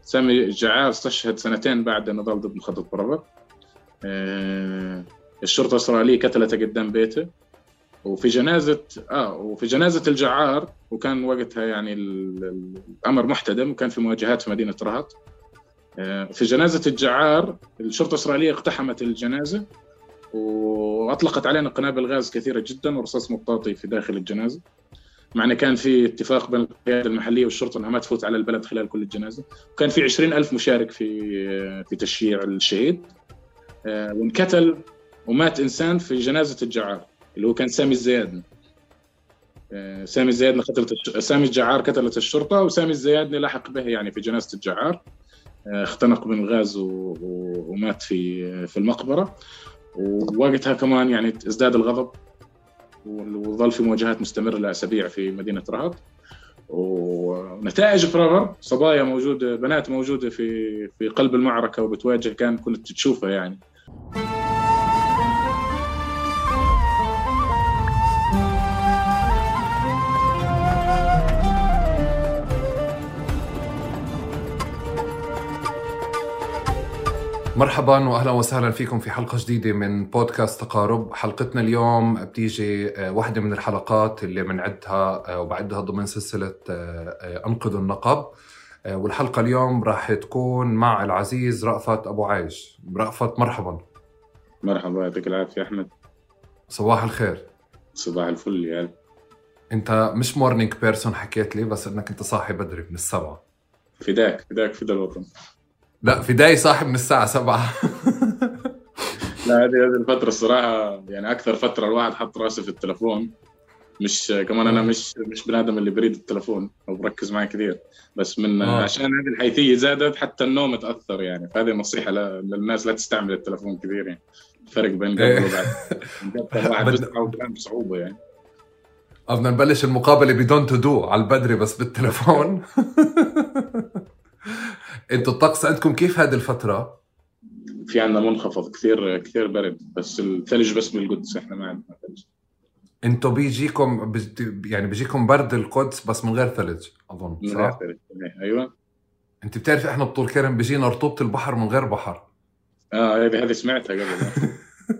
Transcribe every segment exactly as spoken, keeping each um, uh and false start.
سامي الجعار استشهد سنتين بعد النضال ضد مخطط برافر. آه الشرطة الإسرائيلية قتلته قدام بيته، وفي جنازة آه وفي جنازة الجعار، وكان وقتها يعني الأمر محتدم وكان في مواجهات في مدينة رهط. آه في جنازة الجعار الشرطة الإسرائيلية اقتحمت الجنازة وأطلقت علينا قنابل غاز كثيرة جدا ورصاص مطاطي في داخل الجنازة، مع أن كان في اتفاق بين القيادة المحلية والشرطة أنها ما تفوت على البلد خلال كل الجنازة. وكان في عشرين ألف مشارك في في تشييع الشهيد، وانقتل ومات إنسان في جنازة الجعار اللي هو كان سامي الزيادني. سامي الزيادني قتلت سامي الجعار قتلت الشرطة، وسامي الزيادني لحق به يعني في جنازة الجعار، اختنق من الغاز ومات في في المقبرة. ووقتها كمان يعني ازداد الغضب وظل في مواجهات مستمرة لأسابيع في مدينة رهط. ونتائج برافر صبايا موجودة، بنات موجودة في في قلب المعركة وبتواجه، كان كنت تشوفها يعني. مرحبا واهلا وسهلا فيكم في حلقه جديده من بودكاست تقارب. حلقتنا اليوم بتيجي واحده من الحلقات اللي بنعدها وبعدها ضمن سلسله انقذ النقب، والحلقه اليوم راح تكون مع العزيز رأفت ابو عايش. رأفت مرحبا. مرحبا، يعطيك العافيه احمد. صباح الخير. صباح الفل يا قلبي. انت مش مورنينج بيرسون حكيت لي، بس انك انت صاحي بدري من السبعة. فداك فداك فدا الوطن. لا فداي صاحي من الساعة سبعة. لا هذه هذه الفترة الصراحة يعني أكثر فترة الواحد حط راسه في التلفون. مش كمان أنا مش مش بنادم اللي بريد التلفون أو بركز معي كثير، بس من آه. عشان هذه الحيثية زادت حتى النوم تأثر يعني. فهذه نصيحة للناس لا تستعمل التلفون كثير يعني. الفرق بين قبل وبعد الواحد بيصحى بصعوبة يعني. بدنا نبلش المقابلة بدون تدو على البدري بس بالتلفون. انتوا الطقس عندكم كيف هذه الفترة؟ في عندنا منخفض كثير كثير برد، بس الثلج بس بالقدس، احنا ما عندنا ثلج. انتوا بيجيكم يعني بيجيكم برد القدس بس من غير ثلج اظن، من غير ثلج. ايوه. انت بتعرف احنا بطول كرم بيجينا رطوبة البحر من غير بحر. اه هذه هذه سمعتها قبل.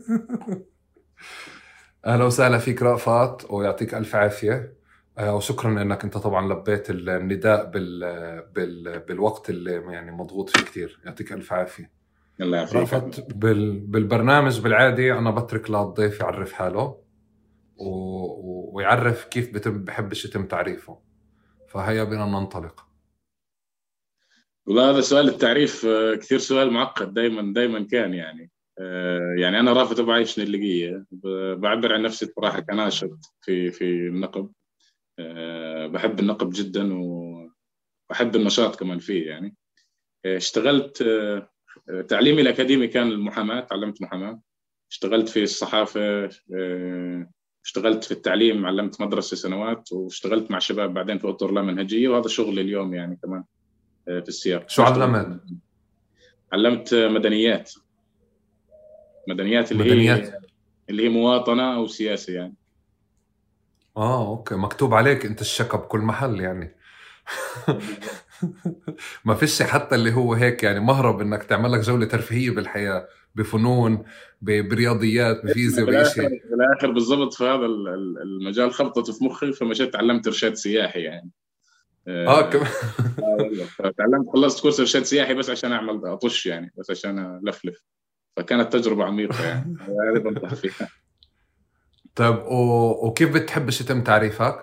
اهلا وسهلا فيك رأفت ويعطيك الف عافية، وشكرا انك انت طبعا لبيت النداء بال... بال... بالوقت اللي يعني مضغوط فيه كتير. يعطيك الف عافية. الله يعافيك. رأفت بال... بالبرنامج بالعادي انا بترك للضيف يعرف حاله و... ويعرف كيف بتم بحبش يتم تعريفه، فهيا بنا ننطلق. والله هذا سؤال التعريف كثير سؤال معقد، دايما دايما كان يعني يعني انا رافض ابو عايش النلقيه، بعبر عن نفسي بصراحه كناشط في في النقب. بحب النقب جدا وبحب النشاط كمان فيه يعني. اشتغلت تعليمي الأكاديمي كان المحاماة، تعلمت محاماة. اشتغلت في الصحافة، اشتغلت في التعليم، علمت مدرسة سنوات، واشتغلت مع شباب بعدين في أطر لا منهجية، وهذا شغل اليوم يعني كمان في السياق. شو علمت؟ علمت مدنيات. مدنيات اللي مدنيات. هي اللي هي مواطنة أو سياسة يعني. آه أوكي، مكتوب عليك أنت الشكا بكل محل يعني. ما فيش حتى اللي هو هيك يعني مهرب انك تعمل لك جولة ترفيهية بالحياة، بفنون، برياضيات، بفيزياء، بشيء بالاخر بالضبط في هذا المجال خبطت في مخي، فمشيت تعلمت ارشاد سياحي يعني. اه كمان. اه والله تعلمت، خلصت كورس ارشاد سياحي بس عشان اعمل اطش يعني، بس عشان الفلف. فكانت تجربة عميقة يعني. هذه بنصح فيها. طيب وكيف بتحبش يتم تعريفك؟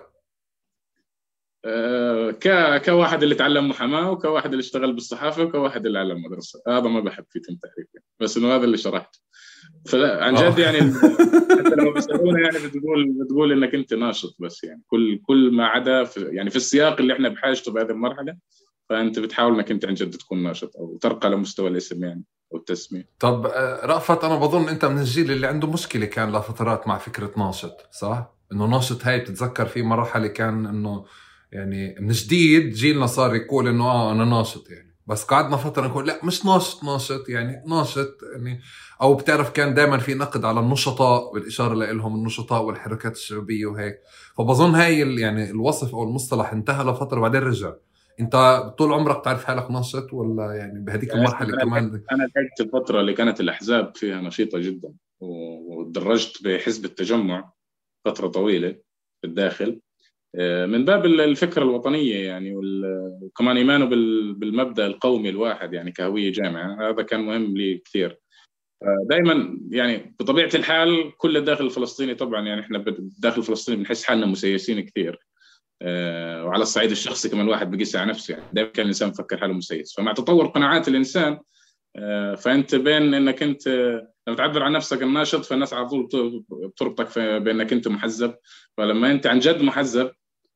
ك كواحد اللي تعلم محاماة، وكواحد اللي اشتغل بالصحافة، وكواحد اللي علم مدرسة. هذا ما بحب فيه تم تعريف يعني. بس انه هذا اللي شرحت. فلا عن جد يعني انت لما بيسالونا يعني بتقول بتقول انك انت ناشط بس يعني، كل كل ما عدا في يعني في السياق اللي احنا بحاجته بهذه المرحلة، فانت بتحاول انك انت عن جد تكون ناشط او ترقى لمستوى الاسم يعني او التسمية. طب رأفت انا بظن انت من الجيل اللي عنده مشكلة كان لفترات مع فكرة ناشط، صح؟ انه ناشط هاي بتتذكر في مرحلة كان انه يعني من جديد جيلنا صار يقول انه اه انا ناشط يعني، بس قعدنا فترة نقول لا مش ناشط ناشط يعني ناشط يعني. او بتعرف كان دائما في نقد على النشطاء والاشارة لهم النشطاء والحركات الشبابية وهيك. فبظن هاي يعني الوصف او المصطلح انتهى لفترة بعدين رجع. انت طول عمرك تعرف حالك ناشط ولا يعني بهذيك يعني المرحله انا كمان؟ انا لحقت الفتره اللي كانت الاحزاب فيها نشيطه جدا، وتدرجت بحزب التجمع فتره طويله في الداخل، من باب الفكره الوطنيه يعني، وكمان ايمانه بالمبدا القومي الواحد يعني كهويه جامعه. هذا كان مهم لي كثير دائما يعني. بطبيعه الحال كل الداخل الفلسطيني طبعا يعني احنا بالداخل الفلسطيني بنحس حالنا مسيسين كثير، وعلى الصعيد الشخصي كمان الواحد بقيس على نفسه يعني، دائما كان الانسان مفكر حاله مسيس. فمع تطور قناعات الانسان فانت بين انك انت لما تعبر عن نفسك الناشط، فالناس على طول بتربطك بانك انت محزب. فلما انت عن جد محزب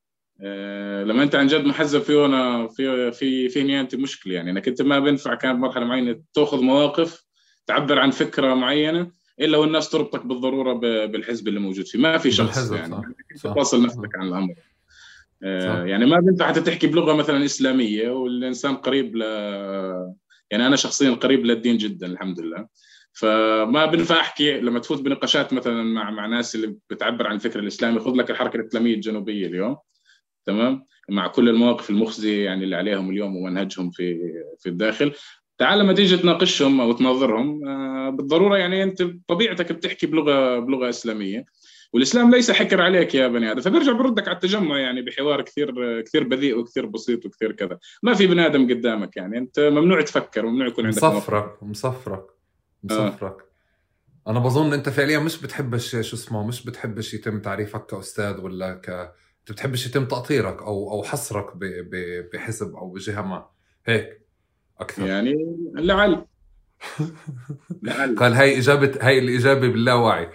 لما انت عن جد محزب في هنا في في في هنا انت مشكله يعني، انك انت ما بينفع كانت مرحله معينه تاخذ مواقف تعبر عن فكره معينه الا والناس تربطك بالضروره بالحزب اللي موجود فيه. ما في شخص بالحزب، يعني صح انت صح فاصل نفسك عن الامر. صح. يعني ما بينفع حتى تحكي بلغه مثلا اسلاميه والانسان قريب ل يعني انا شخصيا قريب للدين جدا الحمد لله. فما بينفع احكي لما تفوت بنقاشات مثلا مع مع ناس اللي بتعبر عن الفكر الاسلامي. خذ لك الحركه الاسلاميه الجنوبيه اليوم، تمام، مع كل المواقف المخزيه يعني اللي عليهم اليوم ومنهجهم في في الداخل، تعال لما تيجي تناقشهم او تناظرهم بالضروره يعني انت بطبيعتك بتحكي بلغه بلغه اسلاميه، والاسلام ليس حكر عليك يا بني ادم. فبرجع بردك على التجمع يعني بحوار كثير كثير بذيء وكثير بسيط وكثير كذا. ما في بني ادم قدامك يعني، انت ممنوع تفكر وممنوع يكون عندك موقف. مصفرك مصفرك آه. مصفرك. انا بظن انت فعليا مش بتحبش شو اسمه مش بتحبش يتم تعريفك كاستاذ ولا ك انت بتحبش يتم تقطيرك او او حصرك ب... ب... بحزب او بجهه ما هيك اكثر يعني لعل لعل قال هاي اجابه هاي الاجابه باللاوعي.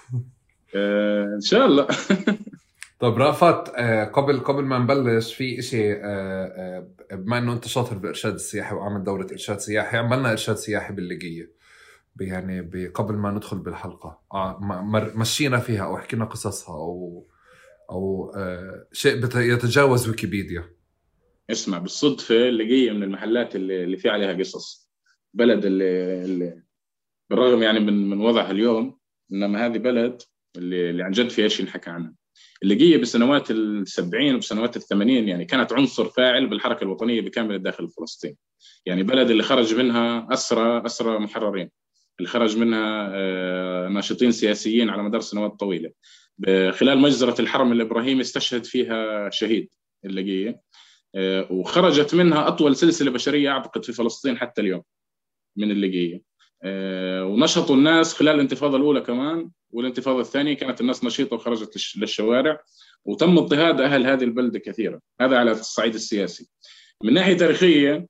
آه ان شاء الله. طب رأفت، آه، قبل قبل ما نبلش في إشي، آه، آه، بما إنه أنت شاطر بالإرشاد السياحي وعامل دورة إرشاد سياحي، عملنا إرشاد سياحي بالليقية يعني قبل ما ندخل بالحلقة، آه، مشينا فيها أو حكينا قصصها أو أو آه، شيء يتجاوز ويكيبيديا. اسمع، بالصدفة الليقية من المحلات اللي, اللي في عليها قصص. بلد اللي, اللي بالرغم يعني من من وضعها اليوم، إنما هذه بلد اللي, اللي عن جد فيها شيء نحكى عنها. الليقية بسنوات السبعين وبسنوات الثمانين يعني كانت عنصر فاعل بالحركة الوطنية بكامل الداخل الفلسطيني. يعني بلد اللي خرج منها أسرى أسرى محررين، اللي خرج منها ناشطين سياسيين على مدار سنوات طويلة. خلال مجزرة الحرم الإبراهيمي استشهد فيها شهيد الليقية، وخرجت منها أطول سلسلة بشرية أعتقد في فلسطين حتى اليوم من الليقية. ونشطوا الناس خلال الانتفاضة الأولى كمان، والانتفاضة الثانية كانت الناس نشيطة وخرجت للشوارع، وتم اضطهاد أهل هذه البلدة كثيرا. هذا على الصعيد السياسي. من ناحية تاريخية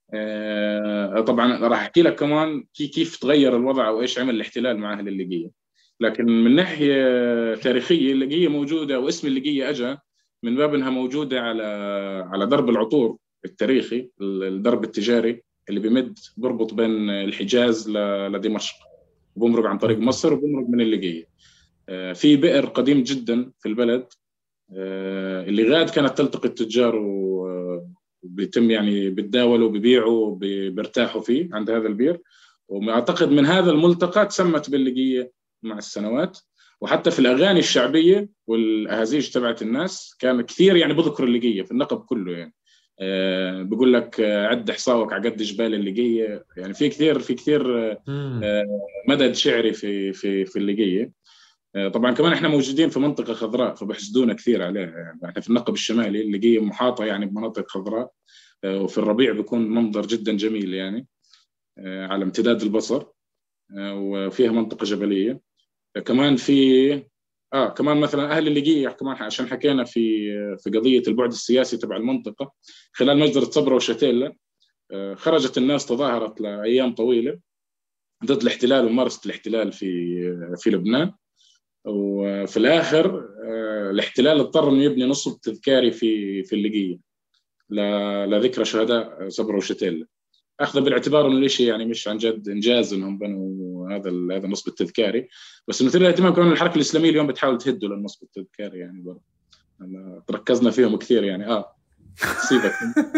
طبعا راح أحكي لك كمان كيف تغير الوضع أو إيش عمل الاحتلال مع أهل الليقية. لكن من ناحية تاريخية الليقية موجودة، واسم الليقية أجا من باب انها موجوده على على درب العطور التاريخي، الدرب التجاري اللي بيمد بربط بين الحجاز لدمشق، وبمرق عن طريق مصر وبمرق من الليقيه. في بئر قديم جدا في البلد اللي غاد كانت تلتقي التجار وبيتم يعني بيتداولوا وبيبيعوا بيرتاحوا فيه عند هذا البئر. واعتقد من هذا الملتقى تسمت بالليقيه مع السنوات. وحتى في الأغاني الشعبية والأهازيج تبعت الناس كان كثير يعني بذكر الليقية في النقب كله يعني. أه بقول لك عد حصاوك على قد جبال الليقية. يعني في كثير في كثير أه مدد شعري في في في الليقية. أه طبعا كمان احنا موجودين في منطقة خضراء فبحسدونا كثير عليها يعني. احنا في النقب الشمالي الليقية محاطة يعني بمناطق خضراء، أه وفي الربيع بيكون منظر جدا جميل يعني أه على امتداد البصر، أه وفيها منطقة جبلية. كمان في اه كمان مثلا اهل الليقيه كمان عشان حكينا في في قضيه البعد السياسي تبع المنطقه. خلال مجزره صبرا وشتيله آه خرجت الناس تظاهرت لايام طويله ضد الاحتلال وممارسه الاحتلال في في لبنان. وفي الاخر آه الاحتلال اضطر انه يبني نصب تذكاري في في الليقيه لذكرى شهداء صبرا وشتيله، اخذ بالاعتبار انه الشيء يعني مش عن جد انجاز انهم بنوا هذا هذا النصب التذكاري، بس مثل الاهتمام كمان الحركه الاسلاميه اليوم بتحاول تهده للنصب التذكاري يعني. برضه تركزنا فيهم كثير يعني. اه سيبك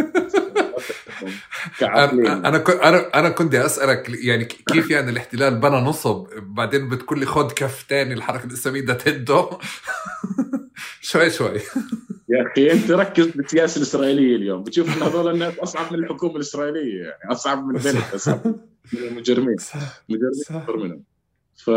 انا انا كنت انا انا كنت اسالك يعني كيف يعني الاحتلال بنى نصب بعدين بتقول لي خد كف تاني الحركه الاسلاميه ده تهده. شوي شوي يا اخي انت ركز بالسياسه الاسرائيليه اليوم، بتشوف ان هذول الناس اصعب من الحكومه الاسرائيليه، يعني اصعب من البلد، اصعب من المجرمين، صح مجرمين اكثر صح. منهم. ف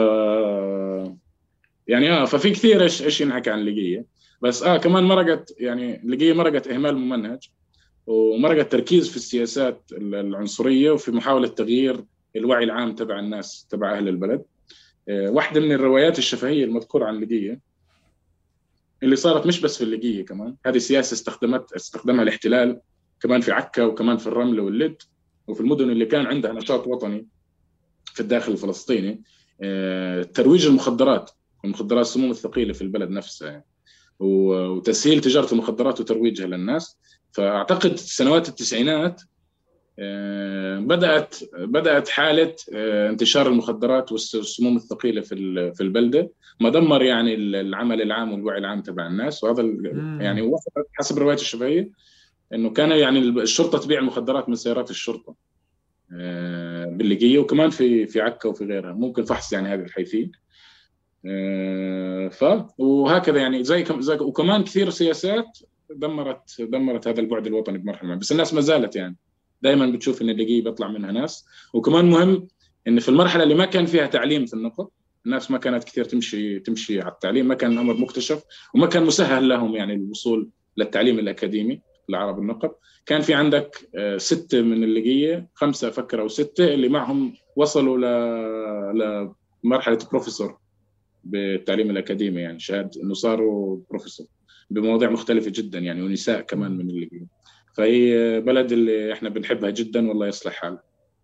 يعني اه ففي كثير ايش ايش ينحكى عن الليقيه. بس اه كمان مرقت، يعني الليقيه مرقت اهمال ممنهج، ومرقت تركيز في السياسات العنصريه، وفي محاوله تغيير الوعي العام تبع الناس تبع اهل البلد. آه، واحده من الروايات الشفهيه المذكوره عن الليقيه اللي صارت مش بس في الليقيه، كمان هذه سياسه استخدمت استخدمها الاحتلال كمان في عكا وكمان في الرمله واللد، وفي المدن اللي كان عندها نشاط وطني في الداخل الفلسطيني. آه، ترويج المخدرات، المخدرات السموم الثقيله في البلد نفسها يعني، وتسهيل تجاره المخدرات وترويجها للناس. فاعتقد سنوات التسعينات آه، بدات بدات حاله آه، انتشار المخدرات والسموم الثقيله في في البلده، ما دمر يعني العمل العام والوعي العام تبع الناس. وهذا ال- يعني امم وصلت حسب الروايات الشفهيه انه كان يعني الشرطه تبيع المخدرات من سيارات الشرطه آه، بالليقيه، وكمان في في عكا وفي غيرها، ممكن فحص يعني هذه الحيثين. آه، ف وهكذا يعني زي كم زي وكمان كثير سياسات دمرت دمرت هذا البعد الوطني بمرحله ما. بس الناس ما زالت يعني دائما بتشوف ان الليقيه بيطلع منها ناس. وكمان مهم ان في المرحله اللي ما كان فيها تعليم في النقب، الناس ما كانت كثير تمشي تمشي على التعليم، ما كان الامر مكتشف وما كان مسهل لهم يعني الوصول للتعليم الاكاديمي لعرب النقب. كان في عندك آه، ستة من الليقيه، خمسة أفكر أو ستة اللي معهم وصلوا ل لمرحلة بروفيسور بالتعليم الأكاديمي، يعني شهادة إنه صاروا بروفيسور بمواضيع مختلفة جدا يعني، ونساء كمان من اللي بيه. فهي بلد اللي إحنا بنحبها جدا، والله يصلح حالها.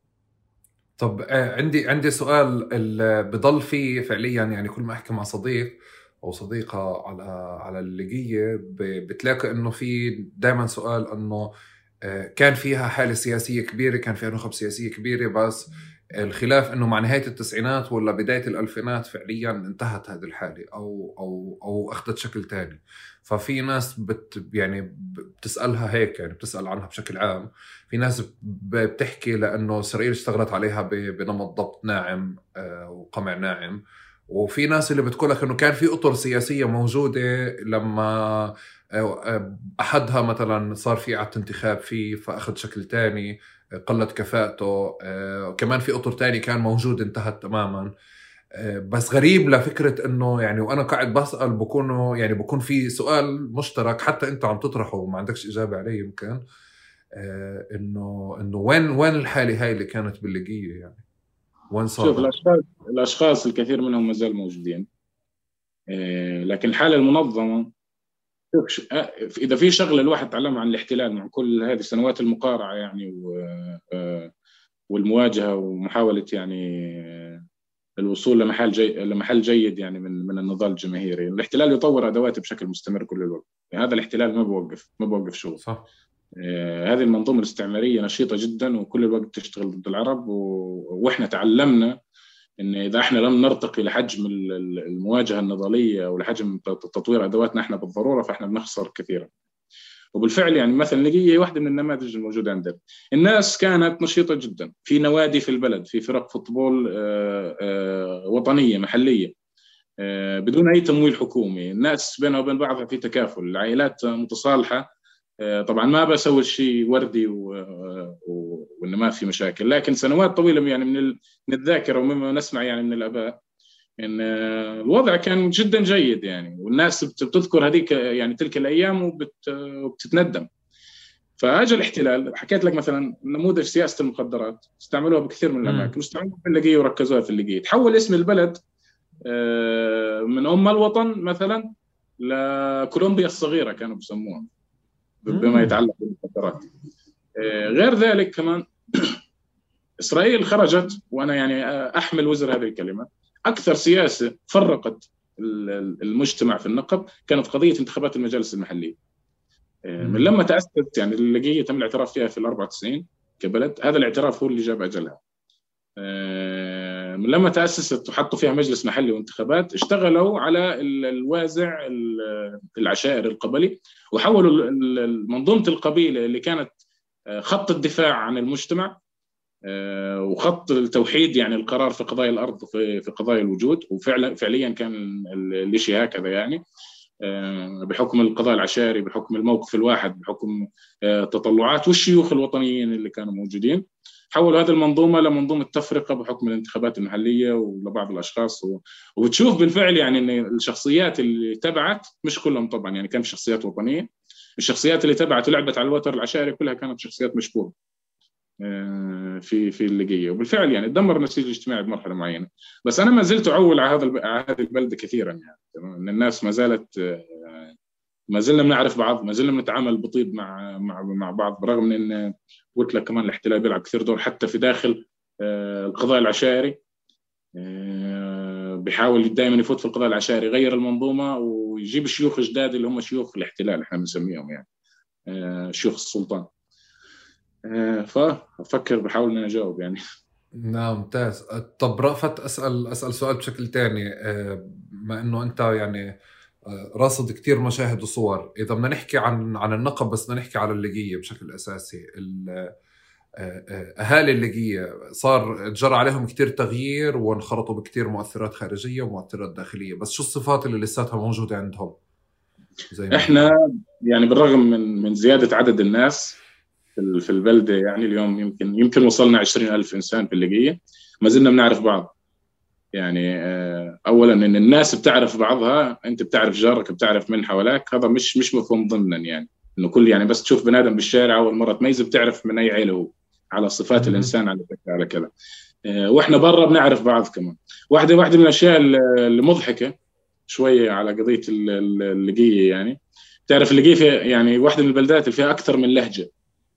طب آه، عندي عندي سؤال. ال- بضل في فعليا يعني كل ما احكي مع صديق او صديقه على على الليقيه ب- بتلاقي انه في دائما سؤال انه آه، كان فيها حاله سياسيه كبيره، كان فيها نخب سياسيه كبيره، بس الخلاف انه مع نهايه التسعينات ولا بدايه الالفينات فعليا انتهت هذه الحاله او او او اخذت شكل ثاني. ففي ناس بت يعني بتسالها هيك، يعني بتسال عنها بشكل عام. في ناس ب- بتحكي لانه اسرائيل اشتغلت عليها ب- بنمط ضبط ناعم آه، وقمع ناعم. وفي ناس اللي بتقول لك انه كان في اطر سياسيه موجوده لما آه، آه، احدها مثلا صار في اعاده انتخاب فيه فاخذ شكل تاني، آه، قلت كفاءته. آه، كمان في اطر تاني كان موجود انتهت تماما. آه، بس غريب لفكرة انه يعني وانا قاعد بسأل بكونوا يعني بكون في سؤال مشترك حتى انت عم تطرحه وما عندكش اجابة عليه يمكن. آه، انه انه وين وين الحالة هاي اللي كانت بالليقية، يعني وين شوف، صارت؟ الأشخاص الأشخاص الكثير منهم ما زال موجودين. آه، لكن الحالة المنظمة، شوف ش- آه، إذا في شغلة الواحد تعلمها عن الاحتلال مع كل هذه السنوات المقارعة يعني و- آه، والمواجهة ومحاولة يعني آه، الوصول لمحل جي... لمحل جيد يعني من من النضال الجماهيري. الاحتلال يطور ادواته بشكل مستمر كل الوقت، يعني هذا الاحتلال ما بوقف ما بوقف شغل. صح. آه، هذه المنظومه الاستعماريه نشيطه جدا وكل الوقت تشتغل ضد العرب، و... واحنا تعلمنا ان اذا احنا لم نرتقي لحجم ال- ال- المواجهه النضاليه او لحجم ت- تطوير ادواتنا احنا بالضروره، فاحنا بنخسر كثيرا. وبالفعل يعني مثلا اللي هي واحده من النماذج الموجوده عندنا. الناس كانت نشيطه جدا في نوادي في البلد، في فرق فوتبول آه، آه، وطنيه محليه آه، بدون اي تمويل حكومي. الناس بينها وبين بعضها في تكافل، العائلات متصالحه. آه، طبعا ما بسوي شيء وردي و- و- وانه ما في مشاكل، لكن سنوات طويله يعني من ال- من الذاكره ومما نسمع يعني من الاباء ان آه، الوضع كان جدا جيد يعني، والناس بت- بتذكر هذيك يعني تلك الايام وبت- وبتتندم. فاجى الاحتلال، حكيت لك مثلا نموذج سياسه المخدرات استعملوها بكثير من الاماكن، امم واستعملوها في الليقيه وركزوها في الليقيه. تحول اسم البلد آه، من ام الوطن مثلا لكولومبيا الصغيره كانوا بسموها، بما امم يتعلق بالمخدرات. آه، غير ذلك كمان اسرائيل خرجت، وانا يعني احمل وزر هذه الكلمه، اكثر سياسه فرقت المجتمع في النقب كانت قضيه انتخابات المجالس المحليه. من امم لما تاسست يعني الليقيه تم الاعتراف فيها في ال أربعة وتسعين كبلد، هذا الاعتراف هو اللي جاب اجلها. من لما تاسست وحطوا فيها مجلس محلي وانتخابات، اشتغلوا على الوازع العشائري القبلي، وحولوا منظومه القبيله اللي كانت خط الدفاع عن المجتمع وخط التوحيد يعني القرار في قضايا الارض وفي في قضايا الوجود. وفعلا فعليا كان الشيء هكذا يعني. بحكم القضاء العشائري، بحكم الموقف الواحد، بحكم تطلعات والشيوخ الوطنيين اللي كانوا موجودين. حولوا هذه المنظومة لمنظومة تفرقة بحكم الانتخابات المحلية ولبعض الأشخاص. وبتشوف بالفعل يعني أن الشخصيات اللي تبعت، مش كلهم طبعا، يعني كان في شخصيات وطنية، الشخصيات اللي تبعت ولعبت على الوتر العشائري كلها كانت شخصيات مشبوهة في في الليجية. وبالفعل يعني تدمر النسيج الاجتماعي بمرحلة معينة. بس أنا ما زلت أعول على هذا على هذه البلدة كثيرا، يعني أن الناس ما زالت ما زلنا بنعرف بعض، ما زلنا بنتعامل بطيب مع مع مع بعض، برغم من ان قلت لك كمان الاحتلال بيلعب كثير دور حتى في داخل القضاء العشائري. بيحاول دائما يفوت في القضاء العشائري، يغير المنظومه ويجيب شيوخ جداد اللي هم شيوخ الاحتلال احنا بنسميهم، يعني شيوخ السلطان. فافكر بحاول ان اجاوب يعني. نعم ممتاز. طب رأفت اسال اسال سؤال بشكل تاني، ما انه انت يعني راصد كتير مشاهد وصور، إذا بدنا نحكي عن عن النقب بس بدنا نحكي على الليجية بشكل أساسي. أهالي الليجية صار جرى عليهم كتير تغيير وانخرطوا بكتير مؤثرات خارجية ومؤثرات داخلية، بس شو الصفات اللي لساتها موجودة عندهم؟ زي ما إحنا يعني بالرغم من من زيادة عدد الناس في البلدة، يعني اليوم يمكن يمكن وصلنا عشرين ألف إنسان في الليجية، ما زلنا بنعرف بعض. يعني اولا ان الناس بتعرف بعضها، انت بتعرف جارك، بتعرف من حواليك، هذا مش مش مفهوم ضمنا، يعني انه كل يعني بس تشوف بني ادم بالشارع اول مره تميزه بتعرف من اي عيله هو، على صفات الانسان، على على كذا. واحنا برا بنعرف بعض كمان. واحده واحده من الاشياء اللي مضحكه شويه على قضيه الليجيه، يعني تعرف الليجيه في يعني واحده من البلدات اللي فيها اكثر من لهجه.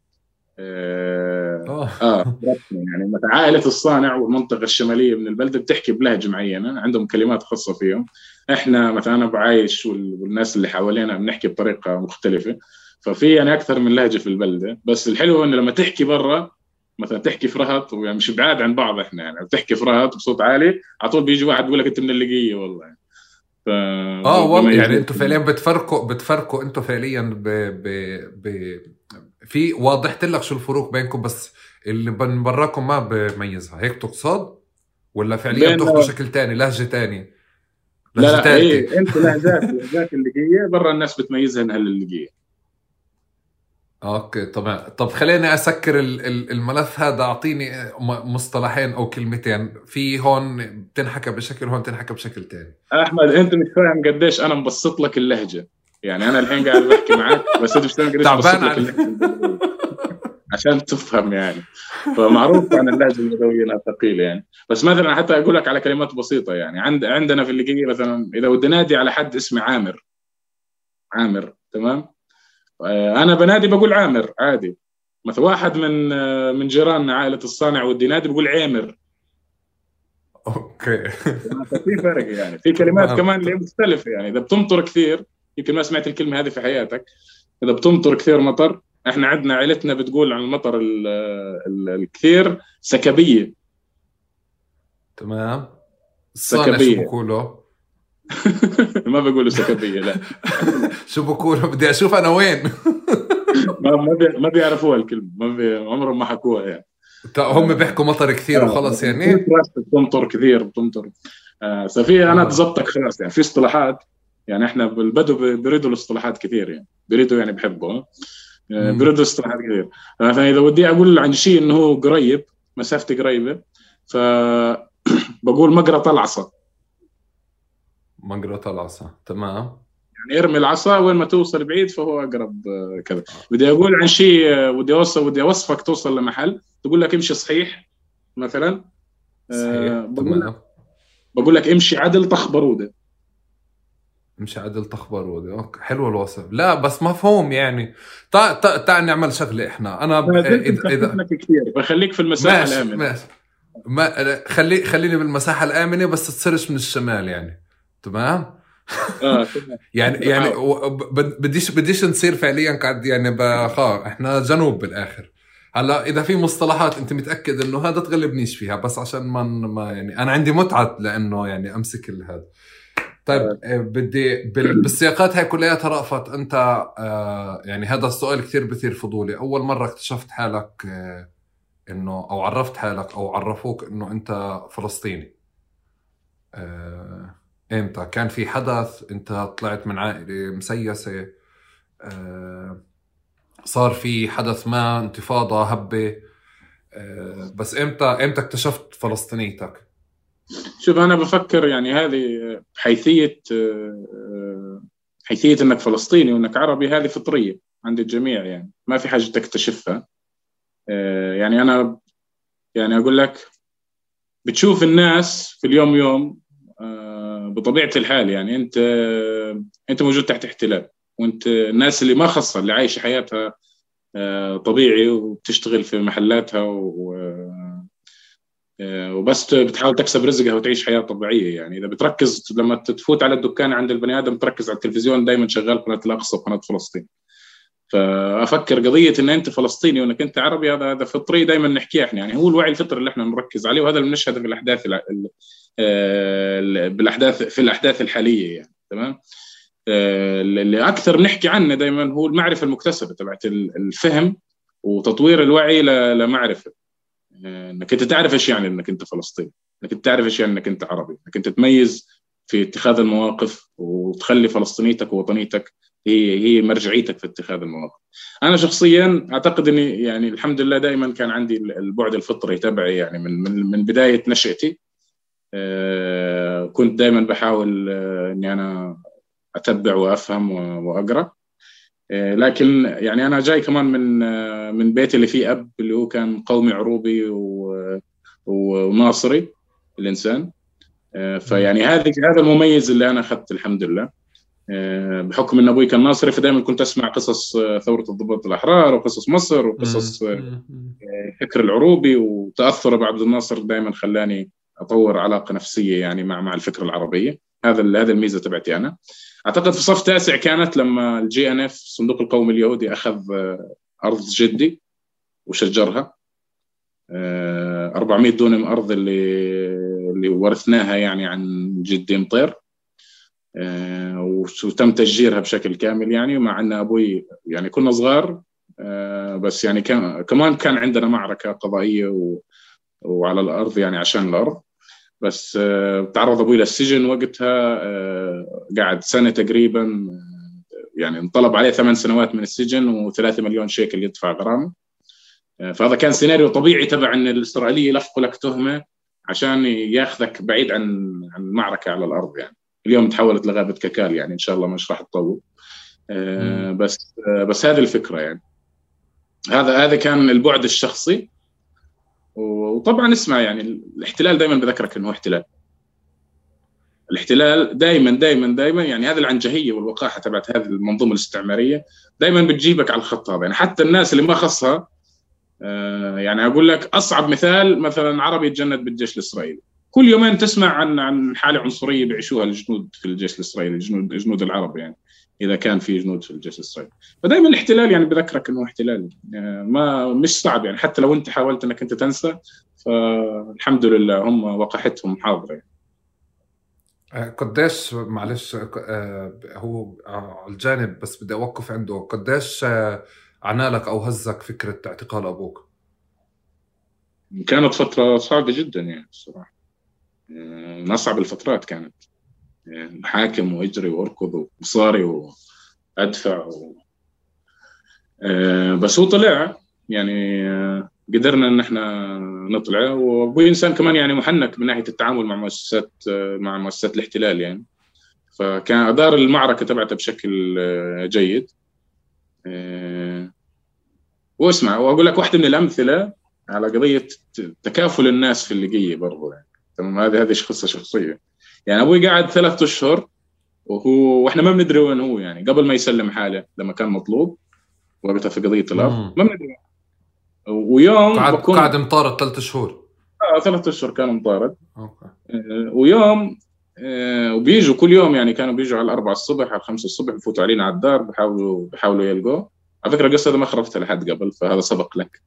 اه, آه يعني مثلا عائله الصانع والمنطقه الشماليه من البلده بتحكي بلهجه معينه، عندهم كلمات خاصه فيهم. احنا مثلا انا بعايش والناس اللي حوالينا بنحكي بطريقه مختلفه، ففي يعني اكثر من لهجه في البلده. بس الحلو انه لما تحكي برا، مثلا تحكي في رهط، ويعني مش بعاد عن بعض احنا، يعني بتحكي في رهط بصوت عالي على طول بيجي واحد بيقول لك انت من الليجيه والله يعني. ف اه والله يعني انتوا فعليا بتفرقوا بتفرقوا انتوا فعليا ب ب ب في وضحت لك شو الفروق بينكم، بس اللي من براكم ما بميزها، هيك تقصد؟ ولا فعليا بتاخذوا شكل تاني، لهجه تاني، لهجه لا لا ايه انت لهجات لهجات الليجيه برا الناس بتميزها انها الليجيه. اوكي طبعا. طب خليني اسكر الملف هذا، اعطيني مصطلحين او كلمتين في هون بتنحكى بشكل، هون تنحكى بشكل تاني. احمد انت مش فاهم قديش انا مبسط لك اللهجه، يعني انا الحين قاعد بحكي معك بس انت مش فاهم قديش مبسط لك اللهجه عشان تفهم يعني. فمعروف عن اللهجه اللغويه انها ثقيله يعني. بس مثلا حتى اقول لك على كلمات بسيطه، يعني عند عندنا في الليجيه مثلا اذا بدي نادي على حد اسمه عامر، عامر تمام، انا بنادي بقول عامر عادي. مثلا واحد من من جيراننا عائله الصانع ودي نادي بقول عامر. اوكي. في فرق يعني، في كلمات كمان اللي مختلفه، يعني اذا بتمطر كثير، يمكن ما سمعت الكلمه هذه في حياتك، اذا بتمطر كثير مطر، احنا عندنا عائلتنا بتقول عن المطر الكثير سكبيه. تمام. سكبيه بقولوا ما بقولوا سكبيه لا. شو بقولوا؟ بدي اشوف انا وين. ما ما بيعرفوها الكلمه، ما بي... عمرهم ما حكوها يعني. هم بيحكوا مطر كثير وخلص يعني. بتمطر كثير بتمطر. آه ففي انا ضبطك خلاص، يعني في اصطلاحات، يعني احنا بالبدو بيريدوا الاصطلاحات كثير، يعني بيريدوا يعني بحبوا آه بيريدوا اصطلاحات كثير. مثلا اذا بدي اقول عن شيء انه هو قريب، مسافته قريبه، ف بقول مقرط العصا. مقرط العصا تمام. يعني ارمي العصا وين ما توصل بعيد فهو اقرب كذا. بدي اقول عن شيء ودي اوصل بدي اوصفك توصل لمحل، تقول لك امشي صحيح مثلا. صحيح أه بقول تمام. لك بقول لك امشي عدل طخ باروده. امشي عدل طخ باروده. اوكي حلو الوصف. لا بس مفهوم يعني. تعال تا... تا... نعمل شغله احنا. انا ب... اذا اذا كثير فخليك في المساحه ماشي الامنه. ماشي ما خلي خليني بالمساحه الامنه، بس تصيرش من الشمال يعني. تمام. اه يعني يعني بديش بديش نصير فعليا قاعد يعني بخا احنا جنوب بالاخر. هلا اذا في مصطلحات انت متاكد انه هذا تغلبنيش فيها، بس عشان ما ما يعني انا عندي متعه لانه يعني امسك هذا. طيب بدي بالسياقات هاي كلها رأفت انت آه يعني هذا السؤال كثير بثير فضولي. اول مره اكتشفت حالك آه انه او عرفت حالك او عرفوك انه انت فلسطيني، آه امتى كان في حدث انت طلعت من عائله مسيسه، آه صار في حدث ما، انتفاضه، هبه، آه بس امتى امتى اكتشفت فلسطينيتك؟ شوف أنا بفكر يعني هذه حيثية آه، حيثية إنك فلسطيني وإنك عربي، هذه فطرية عند الجميع، يعني ما في حاجة تكتشفها. آه، يعني أنا يعني أقول لك، بتشوف الناس في اليوم يوم آه، بطبيعة الحال، يعني أنت أنت موجود تحت احتلال، وأنت الناس اللي ما خصها، اللي عايشة حياتها آه، طبيعي وبتشتغل في محلاتها و آه، وبس بتحاول تكسب رزقها وتعيش حياة طبيعية. يعني إذا بتركز لما تفوت على الدكان عند البني آدم، تركز على التلفزيون دايما شغال قناة الأقصى وقناة فلسطين. فأفكر قضية إن أنت فلسطيني وإنك أنت عربي، هذا هذا فطري دايما نحكيه إحنا، يعني هو الوعي الفطري اللي إحنا نركز عليه، وهذا اللي بنشهده في الأحداث الع- ال- آه، بالأحداث في الأحداث الحالية يعني. تمام. آه، اللي أكثر نحكي عنه دايما هو المعرفة المكتسبة تبعت الفهم وتطوير الوعي ل- لمعرفة، انك انت تعرف ايش يعني انك انت فلسطيني، انك انت تعرف ايش يعني انك انت عربي، انك انت تميز في اتخاذ المواقف وتخلي فلسطينيتك ووطنيتك هي هي مرجعيتك في اتخاذ المواقف. انا شخصيا اعتقد اني يعني الحمد لله دائما كان عندي البعد الفطري تبعي، يعني من من من بدايه نشأتي. آه، كنت دائما بحاول آه، اني انا اتبع وافهم و- واقرا. آه، لكن يعني انا جاي كمان من آه، من بيت اللي فيه اب اللي هو كان قومي عروبي و- وناصري الانسان. آه، مم. فيعني هذا هذا المميز اللي انا اخذت الحمد لله. آه، بحكم ان ابوي كان ناصري، فدائما كنت اسمع قصص آه، ثوره الضباط الاحرار وقصص مصر مم. وقصص آه، مم. الفكر العروبي، وتاثره بعبد الناصر دائما خلاني اطور علاقه نفسيه يعني مع مع الفكره العربيه. هذا هذا الميزه تبعتي انا. اعتقد في صف تاسع كانت لما الجي ان اف الصندوق القومي اليهودي اخذ آه، ارض جدي وشجرها. آه، أربعمائة دونم ارض اللي اللي ورثناها يعني عن جدي مطير. آه، وتم تشجيرها بشكل كامل، يعني مع ان ابوي يعني كنا صغار. آه، بس يعني كان كمان كان عندنا معركه قضائيه و... وعلى الارض يعني عشان الارض. بس آه، تعرض ابوي للسجن وقتها. آه، قعد سنه تقريبا. يعني انطلب عليه ثمان سنوات من السجن وثلاثة مليون شيكل يدفع غرامه. آه، فهذا كان سيناريو طبيعي تبع ان الاسرائيلي يلفقوا لك تهمه عشان ياخذك بعيد عن عن المعركه على الارض يعني. اليوم تحولت لغابه ككال، يعني ان شاء الله مش راح تطول. آه، مم. بس آه، بس هذه الفكره يعني. هذا هذا كان البعد الشخصي. وطبعا اسمع، يعني الاحتلال دائما بذكرك انه احتلال. الاحتلال دائما دائما دائما يعني هذه العنجهيه والوقاحه تبعت هذه المنظومه الاستعماريه دائما بتجيبك على الخط هذا. يعني حتى الناس اللي ما خصها آه، يعني اقول لك اصعب مثال، مثلا عربي يتجند بالجيش الاسرائيلي، كل يومين تسمع عن عن حاله عنصريه بيعيشوها الجنود في الجيش الاسرائيلي، جنود جنود العرب يعني، اذا كان في جنود في الجيش الاسرائيلي. فدائما الاحتلال يعني بذكرك انه احتلال. يعني ما مش صعب، يعني حتى لو انت حاولت انك انت تنسى، فالحمد لله هم وقحتهم حاضره يعني. آه، قديش معلش، آه، هو على الجانب بس بدي أوقف عنده، قديش آه، عنالك أو هزك فكرة اعتقال أبوك؟ كانت فتره صعبه جدا يعني الصراحه. آه، من اصعب الفترات كانت. يعني حاكم واجري واركض وصاري وادفع و... آه، بس هو طلع يعني. آه، قدرنا ان احنا نطلع. وابوي انسان كمان يعني محنك من ناحيه التعامل مع مؤسسات آه، مع مؤسسات الاحتلال يعني. فكان ادار المعركه تبعته بشكل آه، جيد. آه، واسمع واقول لك واحده من الامثله على قضيه تكافل الناس في اللقيه برضه يعني. تمام. هذه هذه قصه شخصيه. يعني ابوي قعد ثلاث اشهر وهو واحنا ما بندري وين هو، يعني قبل ما يسلم حاله لما كان مطلوب وقتها في قضيه الارض امم ما بندري. ويوم قاعد بكون قاعد مطارد ثلاث شهور. آه ثلاث اشهر كان مطارد. اوكي. آه، ويوم آه، وبيجوا كل يوم، يعني كانوا بيجوا على الأربعة الصبح على الخمسة الصبح يفوتوا علينا على الدار، بحاولوا بحاولوا يلقوه. على فكرة القصة هذا ما خرفتها لحد قبل، فهذا سبق لك.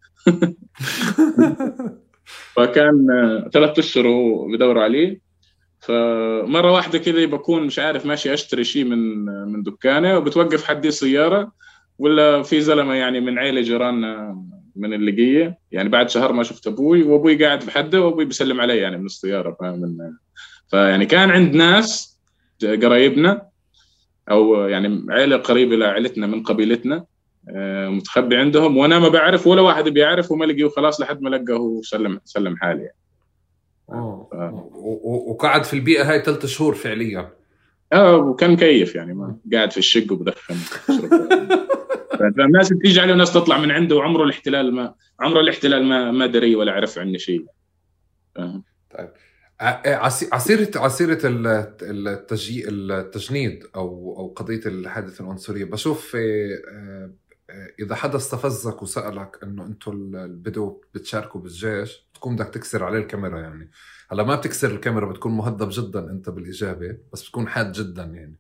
فكان آه، ثلاث أشهر وهو بدور عليه. فمرة واحدة كذا بكون مش عارف ماشي أشتري شيء من آه، من دكانة، وبتوقف حدي سيارة، ولا في زلمة يعني من عيلة جيراننا من اللقية، يعني بعد شهر ما شفت أبوي، وأبوي قاعد بحده وأبوي بيسلم علي يعني من السيارة. فاهم؟ فيعني كان عند ناس قرايبنا او يعني عائله قريبه لعائلتنا من قبيلتنا متخبي عندهم، وانا ما بعرف ولا واحد بيعرف وما لقيه وخلاص لحد ما لقاه وسلم سلم حالي يعني. اه ف... وقعد في البيئه هاي ثلاث شهور فعليا. اه وكان كيف يعني، ما قاعد في الشق وبدخن. فالناس بتيجي عليه وناس تطلع من عنده، وعمره الاحتلال ما عمره الاحتلال ما ما دري ولا عرف عنه شيء. آه. طيب عسيرة عسيرة التجي... التجنيد او او قضيه الحادثه العنصريه، بشوف اذا حدا استفزك وسالك انه انتم البدو بتشاركوا بالجيش بتكون بدك تكسر عليه الكاميرا. يعني هلا ما بتكسر الكاميرا، بتكون مهذب جدا انت بالاجابه، بس بتكون حاد جدا. يعني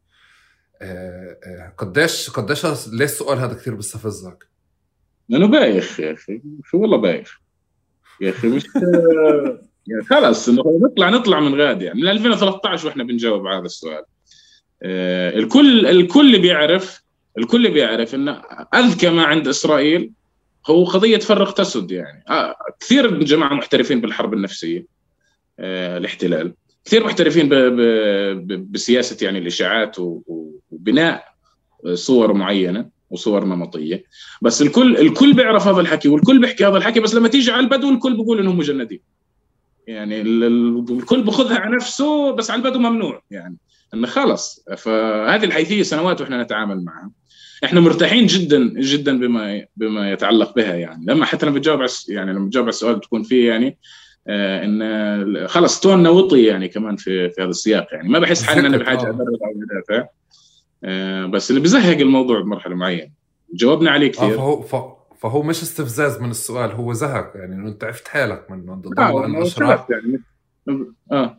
قديش قديش ليش السؤال هذا كثير بيستفزك؟ لانه بايخ يا اخي، شو والله بايخ يا اخي. مش يعني خلاص نطلع نطلع من غاد يعني من ألفين وثلاثة عشر واحنا بنجاوب على هذا السؤال. آه الكل الكل بيعرف الكل بيعرف ان اذكى ما عند اسرائيل هو قضيه فرق تسد. يعني آه كثير من جماعه محترفين بالحرب النفسيه، آه الاحتلال كثير محترفين ب ب ب بسياسه يعني الاشاعات وبناء صور معينه وصور نمطيه، بس الكل الكل بيعرف هذا الحكي والكل بيحكي هذا الحكي، بس لما تيجي على البدو الكل بيقول انهم مجندين. يعني الكل بخذها على نفسه، بس على البدو ممنوع. يعني انه خلص. فهذه الحيثيه سنوات واحنا نتعامل معها، احنا مرتاحين جدا جدا بما بما يتعلق بها. يعني لما حتى لما بتجاوب يعني لما بتجاوب على السؤال بتكون فيه يعني آه ان خلص توننا وطي يعني كمان في في هذا السياق. يعني ما بحس حالي انا بحاجه ادرب او ادافع، آه بس اللي بزهق الموضوع بمرحله معينه جاوبنا عليه كثير. آه فهو فهو مش استفزاز من السؤال، هو زهق. يعني انه انت عرفت حالك منه ضل آه انا اشرح يعني. اه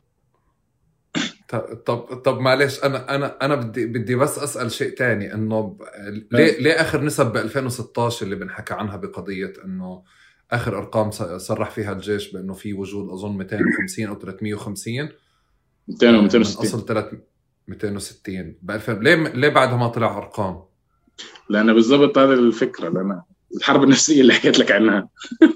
طب طب معلش انا انا انا بدي بدي بس اسال شيء تاني، انه ليه ليه اخر نسب ب ألفين وستة عشر اللي بنحكى عنها بقضيه انه اخر ارقام صرح فيها الجيش بانه في وجود اظن مئتين وخمسين او ثلاثمئة وخمسين مئتين ومئتين وستين اصل ثلاثمئة مئتين وستين ب ألفين. ليه ليه بعدها ما طلع ارقام؟ لأن بالضبط هذه الفكرة، لأن الحرب النفسية اللي حكيت لك عنها.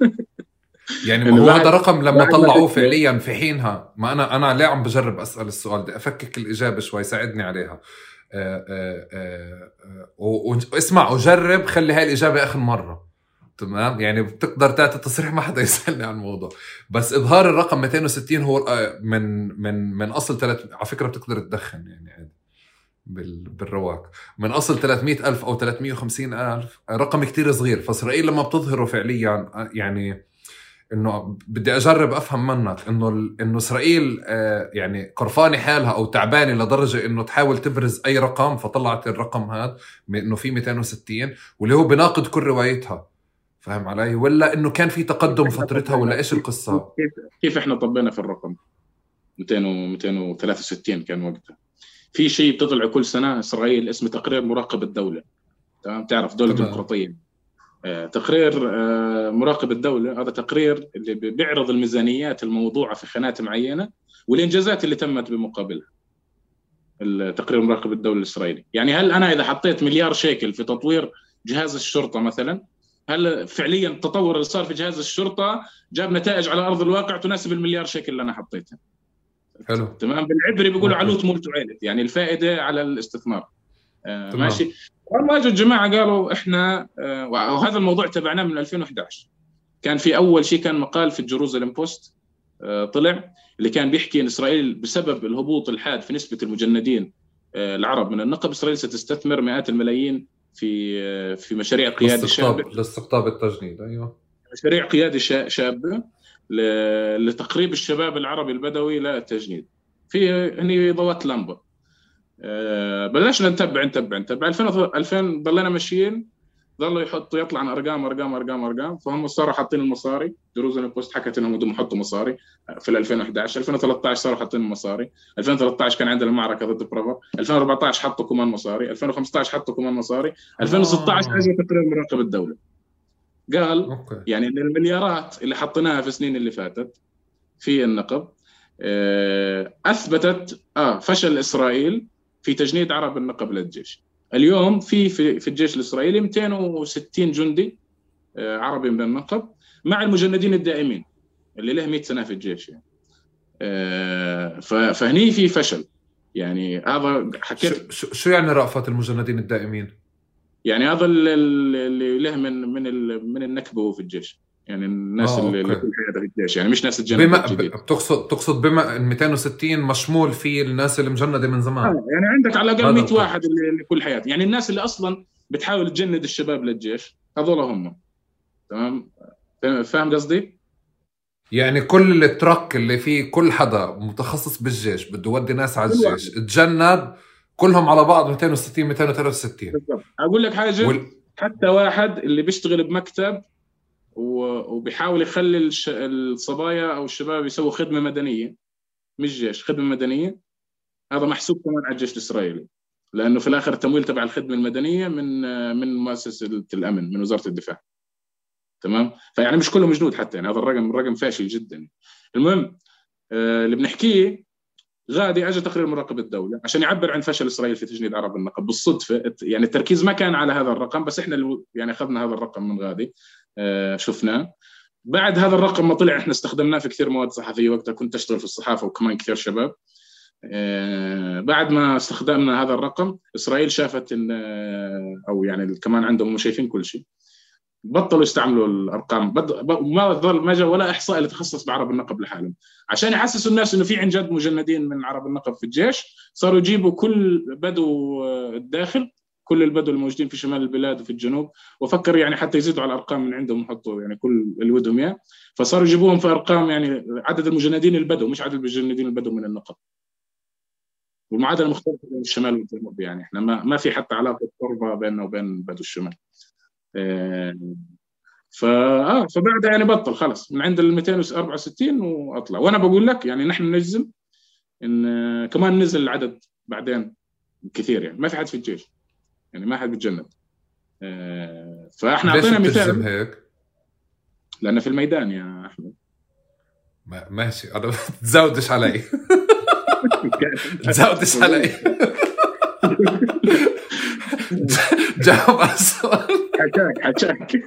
يعني ما هو هذا رقم لما طلعوه فعليا في حينها. ما أنا أنا ليه عم بجرب أسأل السؤال ده، أفكك الإجابة شوي، ساعدني عليها. أه أه أه واسمع وجرب خلي هاي الإجابة آخر مرة، تمام؟ يعني بتقدر تعطي تصريح ما حدا يسألني عن الموضوع، بس إظهار الرقم مئتين وستين هو من من من أصل ثلاث. على فكرة بتقدر تدخن يعني عادي بالرواق، من أصل ثلاثمئة ألف أو ثلاثمئة وخمسين ألف، رقم كتير صغير. فإسرائيل لما بتظهره فعليا يعني إنه بدي أجرب أفهم منك إنه إنه إسرائيل يعني قرفانة حالها أو تعبانة لدرجة إنه تحاول تبرز أي رقم، فطلعت الرقم هذا إنه في مئتين وستين واللي هو بناقض كل روايتها. فهم علي؟ ولا إنه كان في تقدم فترتها، ولا إيش القصة؟ كيف كيف إحنا طبينا في الرقم مئتين وثلاثة وستين كان وقتها. في شيء بتطلع كل سنة إسرائيل اسمه تقرير مراقب الدولة، تمام؟ تعرف دولة ديمقراطية. آه، تقرير آه، مراقب الدولة هذا تقرير اللي بيعرض الميزانيات الموضوعة في خانات معينة والإنجازات اللي تمت بمقابلها. التقرير مراقب الدولة الإسرائيلي يعني هل أنا إذا حطيت مليار شيكل في تطوير جهاز الشرطة مثلا، هل فعليا التطور اللي صار في جهاز الشرطة جاب نتائج على أرض الواقع تناسب المليار شيكل اللي أنا حطيتها؟ حلو. تمام. بالعبري بيقولوا علوت مولتو عيلت، يعني الفائده على الاستثمار. آه ماشي. والله اجوا الجماعه قالوا احنا آه وهذا الموضوع تبعناه من ألفين وإحدى عشر. كان في اول شيء كان مقال في الجيروزالم بوست آه طلع اللي كان بيحكي ان اسرائيل بسبب الهبوط الحاد في نسبه المجندين آه العرب من النقب، اسرائيل ستستثمر مئات الملايين في آه في مشاريع قيادي شابه لاستقطاب التجنيد. ايوه مشاريع قيادي شابه لتقريب الشباب العربي البدوي للتجنيد. في هني ضوات لمبه. أه بلشنا نتبع نتبع نتبع ألفين ضلنا ماشيين، ضلوا يحطوا يطلع عن ارقام ارقام ارقام ارقام فهم صاروا حاطين المصاري. جيروزالم بوست حكت انهم بدهم يحطوا مصاري في ألفين وإحدى عشر. ألفين وثلاثة عشر صاروا حاطين المصاري. ألفين وثلاثة عشر كان عندنا المعركه ضد برافا. ألفين وأربعة عشر حطوا كمان مصاري. ألفين وخمسة عشر حطوا كمان مصاري. ألفين وستة عشر اجى تقرير مراقب الدوله قال أوكي. يعني ان المليارات اللي حطيناها في السنين اللي فاتت في النقب اثبتت اه فشل اسرائيل في تجنيد عرب النقب للجيش. اليوم في في, في الجيش الاسرائيلي مئتين وستين جندي آه عربي من النقب مع المجندين الدائمين اللي له مئة سنه في الجيش يعني. آه فهني في فشل. يعني هذا حكيت شو, شو يعني رأفت المجندين الدائمين؟ يعني هذا اللي له من من من النكبه وهو في الجيش، يعني الناس اه اللي, اللي اوكي. كل حياتها في الجيش، يعني مش ناس اتجندوا بما جديد. بتقصد تقصد بما ال مئتين وستين مشمول فيه الناس اللي مجندة من زمان. آه يعني عندك على الاقل هذا مئة القصد. واحد اللي, اللي كل حياتها، يعني الناس اللي اصلا بتحاول تجند الشباب للجيش هذول هم. تمام، فاهم قصدي؟ يعني كل الترك اللي فيه كل حدا متخصص بالجيش بده يودي ناس على كل الجيش واحد تجند، كلهم على بعض مئتين وستين مئتين وثلاثة وستين. بالضبط. اقول لك حاجه، وال... حتى واحد اللي بيشتغل بمكتب وبيحاول يخلي الش... الصبايا او الشباب يسووا خدمه مدنيه، مش جيش، خدمه مدنيه، هذا محسوب كمان على الجيش الاسرائيلي، لانه في الاخر التمويل تبع الخدمه المدنيه من من مؤسسه الامن، من وزاره الدفاع. تمام، فيعني مش كله مجنود حتى، يعني هذا الرقم رقم فاشل جدا. المهم آه اللي بنحكيه، غادي اجى تقرير مراقب الدوله عشان يعبر عن فشل اسرائيل في تجنيد عرب النقب. بالصدفه يعني التركيز ما كان على هذا الرقم، بس احنا يعني اخذنا هذا الرقم من غادي، آه شفناه. بعد هذا الرقم ما طلع احنا استخدمناه في كثير مواد صحفيه، وقتها كنت اشتغل في الصحافه وكمان كثير شباب. آه بعد ما استخدمنا هذا الرقم، اسرائيل شافت ان آه او يعني كمان عندهم شايفين كل شيء، بطلوا يستعملوا الارقام، بد... ما ظل ما جاء ولا احصاء اللي تخصص بعرب النقب لحالهم، عشان يحسسوا الناس انه في عن جد مجندين من عرب النقب في الجيش. صاروا يجيبوا كل بدو الداخل، كل البدو الموجودين في شمال البلاد وفي الجنوب، وفكر يعني حتى يزيدوا على الارقام من عندهم ويحطوا يعني كل اللي ودهم اياه. فصاروا يجيبوهم في ارقام يعني عدد المجندين البدو، مش عدد المجندين البدو من النقب. والمعادله مختلفه بين الشمال والجنوب، يعني احنا ما ما في حتى علاقه قربه بيننا وبين بدو الشمال. فا اه فبعدها يعني بطل خلص من عند ال مئتين وأربعة وستين واطلع. وانا بقول لك يعني نحن نجزم ان كمان نزل العدد بعدين كثير، يعني ما في حد في الجيش، يعني ما حد بيتجند. آه فاحنا ليش اعطينا بتجزم مثال، هيك؟ لانه في الميدان يا احمد. ما- ماشي، انا تزودش علي. تزودش علي. جاوب على السؤال. حكاك حكاك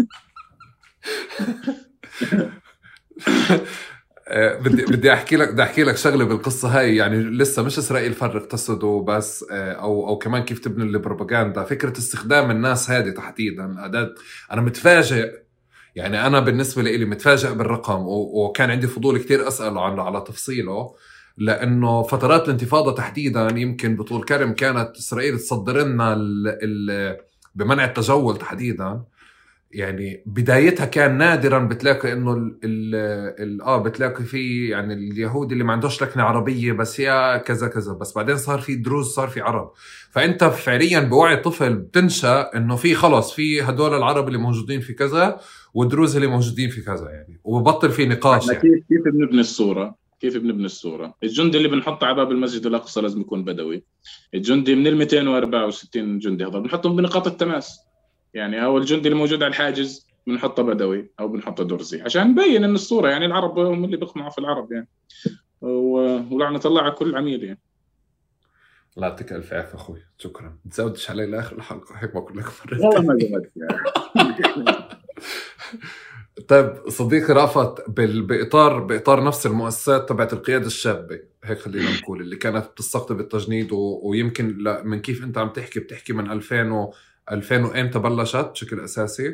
آه، بدي بدي احكي لك بدي احكي لك شغله بالقصه هاي. يعني لسه مش اسرائيل فرق تصده بس، آه، او او كمان كيف تبني البروباغندا. فكره استخدام الناس هذه تحديدا اداه. انا متفاجئ، يعني انا بالنسبه لي متفاجئ بالرقم، وكان عندي فضول كتير اسال عن على تفصيله، لانه فترات الانتفاضه تحديدا يمكن بطول كرم كانت اسرائيل تصدر لنا ال ال بمنع التجول تحديدا. يعني بدايتها كان نادرا بتلاقي انه ال ال ال اه بتلاقي في يعني اليهودي اللي ما عندوش لكنه عربيه بس يا كذا كذا، بس بعدين صار في دروز، صار في عرب. فانت فعليا بوعي طفل بتنشا انه في خلص في هدول العرب اللي موجودين في كذا والدروز اللي موجودين في كذا، يعني وببطل في نقاش. يعني كيف كيف بنبني الصوره كيف بنبني الصوره الجندي اللي بنحطه على باب المسجد الاقصى لازم يكون بدوي. الجندي من ال مئتين وأربعة وستين جندي هذول بنحطهم بنقاط التماس، يعني او الجندي اللي موجود على الحاجز بنحطه بدوي او بنحطه درزي، عشان نبين ان الصوره يعني العرب هم اللي بيقمعوا في العرب يعني. ولعنه الله على كل عميل يعني. الله يعطيك الف عافيه اخوي، شكرا. تزودش علي لاخر الحلقه هيك بقول لك والله مرتين. ما زودت يعني. طيب صديقي رأفت، بال- باطار باطار نفس المؤسسات تبعت القياده الشابه، هيك خلينا نقول، اللي كانت بتستقطب التجنيد، و... ويمكن لا من كيف انت عم تحكي بتحكي من ألفين و ألفين وامتى بلشت بشكل اساسي؟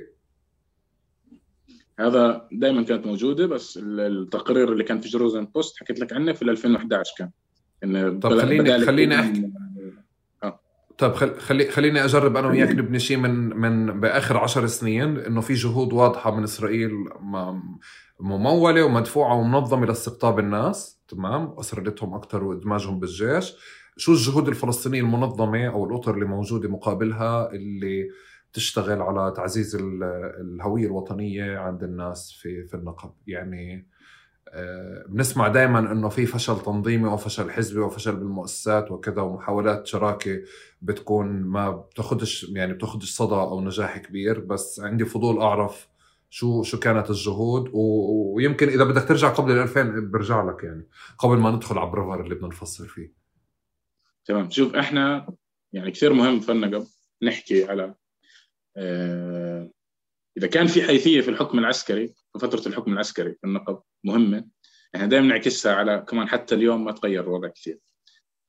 هذا دائما كانت موجوده، بس التقرير اللي كان في جيروزن بوست حكيت لك عنه في ألفين وأحد عشر كان ان طب خليني بدال خليني احكي. آه. طب خل... خلي... خليني اجرب انا وياك نبني شيء من من باخر عشر سنين، انه في جهود واضحه من اسرائيل م- مموله ومدفوعه ومنظمه لاستقطاب الناس، تمام، واسردتهم اكثر وادماجهم بالجيش. شو الجهود الفلسطينيه المنظمه او الاطر اللي موجوده مقابلها اللي تشتغل على تعزيز ال- الهويه الوطنيه عند الناس في في النقب؟ يعني آه، بنسمع دائما انه في فشل تنظيمي وفشل حزبي وفشل بالمؤسسات وكذا، ومحاولات شراكه بتكون ما بتاخدش يعني بتاخدش صدى او نجاح كبير. بس عندي فضول اعرف شو شو كانت الجهود، و- ويمكن اذا بدك ترجع قبل الألفين برجع لك، يعني قبل ما ندخل على بريفر اللي بدنا نفصل فيه. تمام، شوف احنا يعني كثير مهم في النقب نحكي على آه اذا كان في حيثيه في الحكم العسكري، في فتره الحكم العسكري في النقب مهمه، احنا دائما نعكسها على كمان حتى اليوم ما تغير الوضع كثير.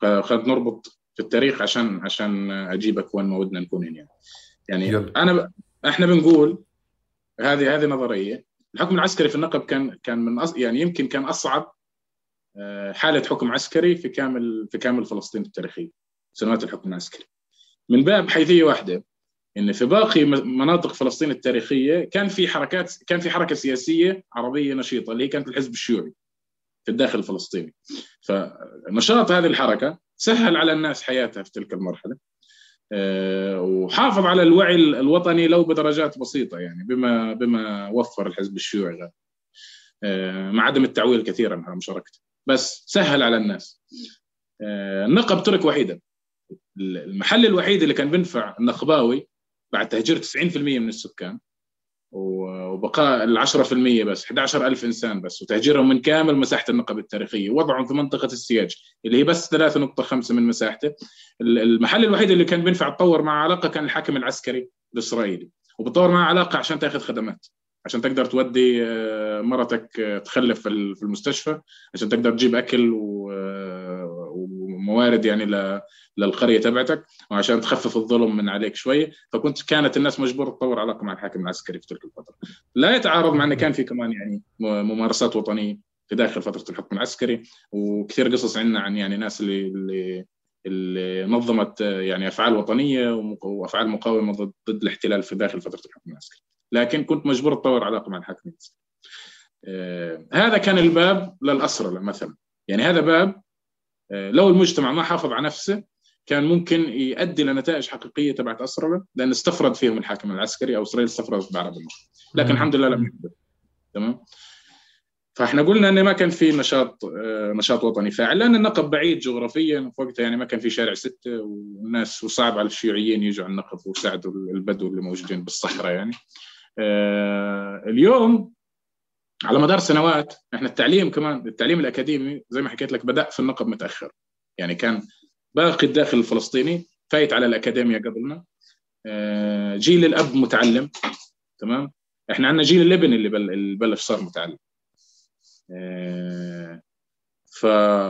فخد نربط في التاريخ عشان عشان اجيبك وين ما ودنا نكون يعني. يعني يلا. انا ب... احنا بنقول هذه هذه نظريه. الحكم العسكري في النقب كان كان من أص... يعني يمكن كان اصعب حاله حكم عسكري في كامل في كامل فلسطين التاريخيه، سنوات الحكم العسكري، من باب حيثيه واحده، ان في باقي مناطق فلسطين التاريخيه كان في حركات، كان في حركه سياسيه عربيه نشيطه اللي هي كانت الحزب الشيوعي في الداخل الفلسطيني. فنشاط هذه الحركه سهل على الناس حياتها في تلك المرحله، وحافظ على الوعي الوطني لو بدرجات بسيطه، يعني بما بما وفر الحزب الشيوعي مع عدم التعويل كثيرا على مشاركته، بس سهل على الناس. النقب ترك وحيدا، المحل الوحيد اللي كان بينفع النقباوي بعد تهجير تسعين بالمئة من السكان وبقاء العشرة بالمئة بس أحد عشر ألف إنسان بس، وتهجيرهم من كامل مساحة النقب التاريخية، وضعهم في منطقة السياج اللي هي بس ثلاثة نقطة خمسة من مساحته. المحل الوحيد اللي كان بينفع تطور معه علاقة كان الحاكم العسكري الإسرائيلي، وبتطور معه علاقة عشان تاخذ خدمات، عشان تقدر تودي مرتك تخلف في المستشفى، عشان تقدر تجيب أكل وموارد يعني للقرية تبعتك، وعشان تخفف الظلم من عليك شوي. فكنت كانت الناس مجبورة تطور علاقة مع الحاكم العسكري في تلك الفترة. لا يتعارض مع أن كان في كمان يعني ممارسات وطنية في داخل فترة الحكم العسكري، وكثير قصص عندنا عن يعني ناس اللي اللي اللي نظمت يعني أفعال وطنية وأفعال مقاومة ضد ضد الاحتلال في داخل فترة الحكم العسكري، لكن كنت مجبور تطور علاقة مع الحاكم العسكري. آه هذا كان الباب للأسرة مثلا. يعني هذا باب آه لو المجتمع ما حافظ على نفسه كان ممكن يؤدي لنتائج حقيقية تبعت أسرة، لأن استفرد فيهم الحاكم العسكري أو إسرائيل استفردت بعرب المخ، لكن الحمد لله لم يحدث. تمام. فاحنا قلنا ان ما كان في نشاط آه نشاط وطني فاعل، لان النقب بعيد جغرافيا في وقتها، يعني ما كان في شارع ستة والناس، وصعب على الشيوعيين يجوا على النقب ويساعدوا البدو اللي موجودين بالصحراء يعني. آه اليوم على مدار سنوات احنا التعليم كمان، التعليم الاكاديمي زي ما حكيت لك بدأ في النقب متاخر، يعني كان باقي الداخل الفلسطيني فايت على الاكاديميه قبلنا. آه جيل الاب متعلم، تمام. احنا عندنا جيل الابن اللي بل اللي بلش صار متعلم. آه ف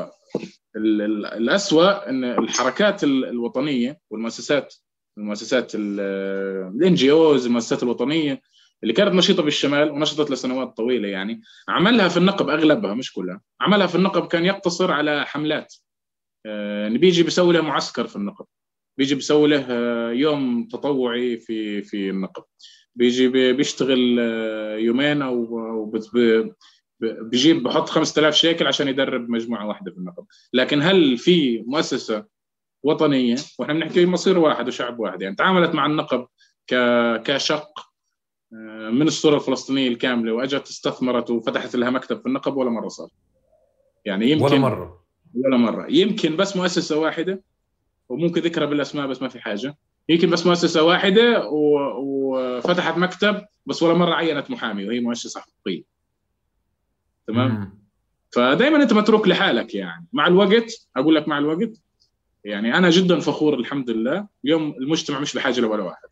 الأسوأ ان الحركات الوطنيه والمؤسسات المؤسسات الان جي اوز المؤسسات الوطنيه اللي كانت نشيطه بالشمال ونشطت لسنوات طويله، يعني عملها في النقب اغلبها مش كلها، عملها في النقب كان يقتصر على حملات. آه بيجي بيسوي له معسكر في النقب، بيجي بيسوي له يوم تطوعي في في النقب، بيجي بيشتغل يومين او بيجيب بحط خمسة آلاف شيكل عشان يدرب مجموعه واحده في النقب. لكن هل في مؤسسه وطنيه، واحنا بنحكي مصير واحد وشعب واحد، يعني تعاملت مع النقب كشق من الصوره الفلسطينيه الكامله واجت استثمرت وفتحت لها مكتب في النقب؟ ولا مره صار. يعني يمكن ولا مره ولا مره يمكن بس مؤسسه واحده، وممكن ذكرها بالاسماء بس ما في حاجه، يمكن بس مؤسسه واحده وفتحت مكتب بس، ولا مره عينت محامي وهي مؤسسه حقوقيه. تمام. فدائما انت متروك لحالك. يعني مع الوقت اقول لك مع الوقت يعني انا جدا فخور الحمد لله اليوم المجتمع مش بحاجه لولا واحد.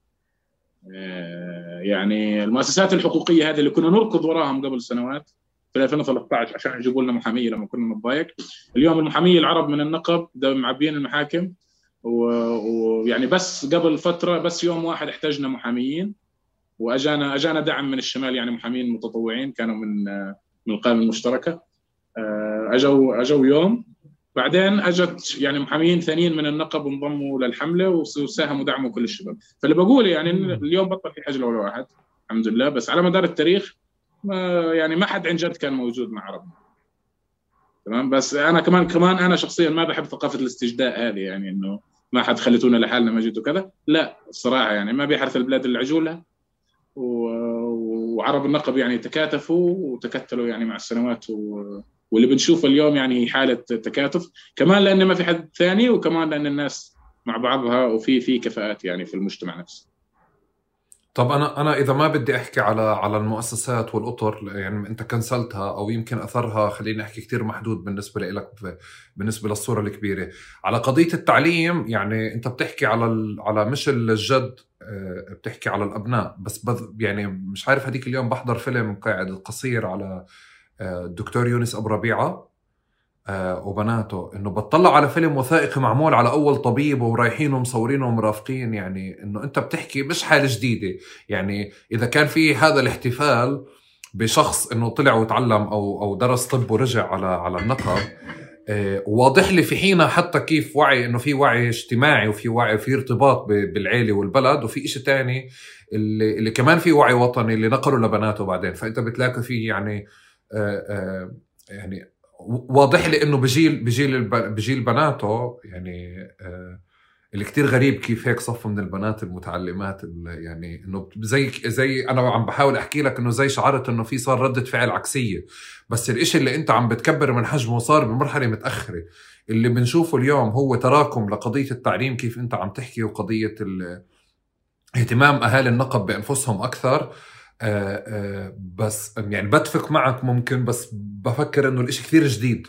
يعني المؤسسات الحقوقيه هذه اللي كنا نركض وراهم قبل سنوات في ألفين وثلاثة عشر عشان يجيبوا لنا محاميه لما كنا نتضايق، اليوم المحاميه العرب من النقب معبيين المحاكم، ويعني بس قبل فتره بس يوم واحد احتاجنا محاميين واجانا اجانا دعم من الشمال، يعني محامين متطوعين كانوا من من القائمه المشتركه، اجوا اجوا يوم، بعدين اجت يعني محاميين ثانيين من النقب انضموا للحمله وساهموا دعموا كل الشباب. فاللي بقول يعني اليوم بطل في حاجه ولا واحد الحمد لله، بس على مدار التاريخ ما يعني ما حد عن جد كان موجود مع عربنا. تمام. بس انا كمان كمان انا شخصيا ما بحب ثقافه الاستجداء هذه، يعني انه ما حد خليتونا لحالنا ما جيتوا كذا، لا الصراحه يعني ما بيحرث البلاد اللي عجولها، وعرب النقب يعني تكاتفوا وتكتلوا يعني مع السنوات، و... واللي بنشوفه اليوم يعني حاله تكاتف كمان لان ما في حد ثاني، وكمان لان الناس مع بعضها وفي في كفاءات يعني في المجتمع نفسه. طب انا انا اذا ما بدي احكي على على المؤسسات والاطر، يعني انت كنسلتها او يمكن اثرها خليني احكي كتير محدود بالنسبه لك بالنسبه للصوره الكبيره على قضيه التعليم. يعني انت بتحكي على على مش الجد، بتحكي على الابناء بس. يعني مش عارف هديك اليوم بحضر فيلم قاعد قصير على الدكتور يونس ابو ربيعه، آه وبناته، انه بتطلع على فيلم وثائقي معمول على اول طبيب ورايحين ومصورين ومرافقين، يعني انه انت بتحكي مش حالة جديدة. يعني اذا كان في هذا الاحتفال بشخص انه طلع وتعلم او او درس طب ورجع على على النقب، آه واضح لي في حينها حتى كيف وعي، انه في وعي اجتماعي وفي وعي في ارتباط بالعيلة والبلد، وفي اشي تاني اللي, اللي كمان في وعي وطني اللي نقلوا لبناته بعدين. فانت بتلاقي فيه يعني آه آه يعني واضح لي انه بجيل بجيل بجيل بناته يعني آه اللي كتير غريب كيف هيك صف من البنات المتعلمات، يعني انه زي زي انا عم بحاول احكي لك انه زي شعرت انه في صار ردة فعل عكسية، بس الاشي اللي انت عم بتكبر من حجمه صار بمرحلة متأخرة. اللي بنشوفه اليوم هو تراكم لقضية التعليم كيف انت عم تحكي، وقضية اهتمام اهالي النقب بانفسهم اكثر. آه آه بس يعني بتفق معك ممكن، بس بفكر انه الاشي كثير جديد.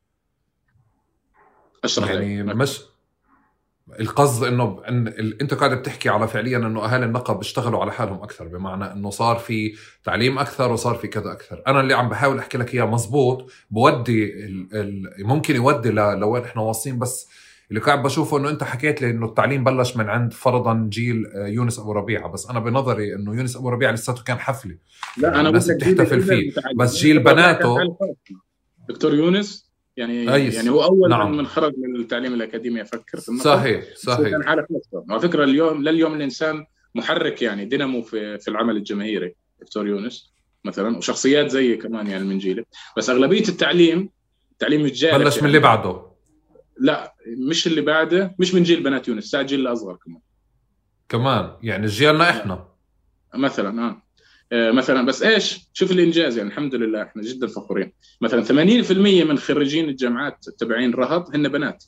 اشرح يعني لك. مش القصد انه إن ال- انت قاعد بتحكي على فعليا انه اهالي النقب اشتغلوا على حالهم اكثر، بمعنى انه صار في تعليم اكثر وصار في كذا اكثر. انا اللي عم بحاول احكي لك اياه مزبوط، بودي ال ال ممكن يودي ل- لوين احنا واصلين، بس اللي قاعد بشوفه انه انت حكيت لي انه التعليم بلش من عند فرضا جيل آه، يونس ابو ربيعه، بس انا بنظري انه يونس ابو ربيعه لساته كان حفله، لا يعني انا بقول والناس لك جيل بتحتفل جيل فيه، المتعلم، بس يونس جيل ابو ربيعه كان حاله بناته. خاص. دكتور يونس يعني يعني ايس هو اول من من نعم. خرج من التعليم الاكاديمي افكر في النقب. صحيح بس هو صحيح. كان حاله خاصه على فكره. اليوم لليوم الانسان محرك يعني دينامو في في العمل الجماهيري دكتور يونس مثلا، وشخصيات زي كمان يعني من جيله. بس اغلبيه التعليم تعليم الجالك بلش من اللي يعني. بعده. لا مش اللي بعده، مش من جيل بنات يونس، ساعة جيل الاصغر كمان كمان يعني جيلنا احنا. مثلا. اه آه، مثلا بس ايش شوف الانجاز يعني الحمد لله احنا جدا فخورين. مثلا ثمانين بالمئة من خريجين الجامعات تبعين رهط هن بنات،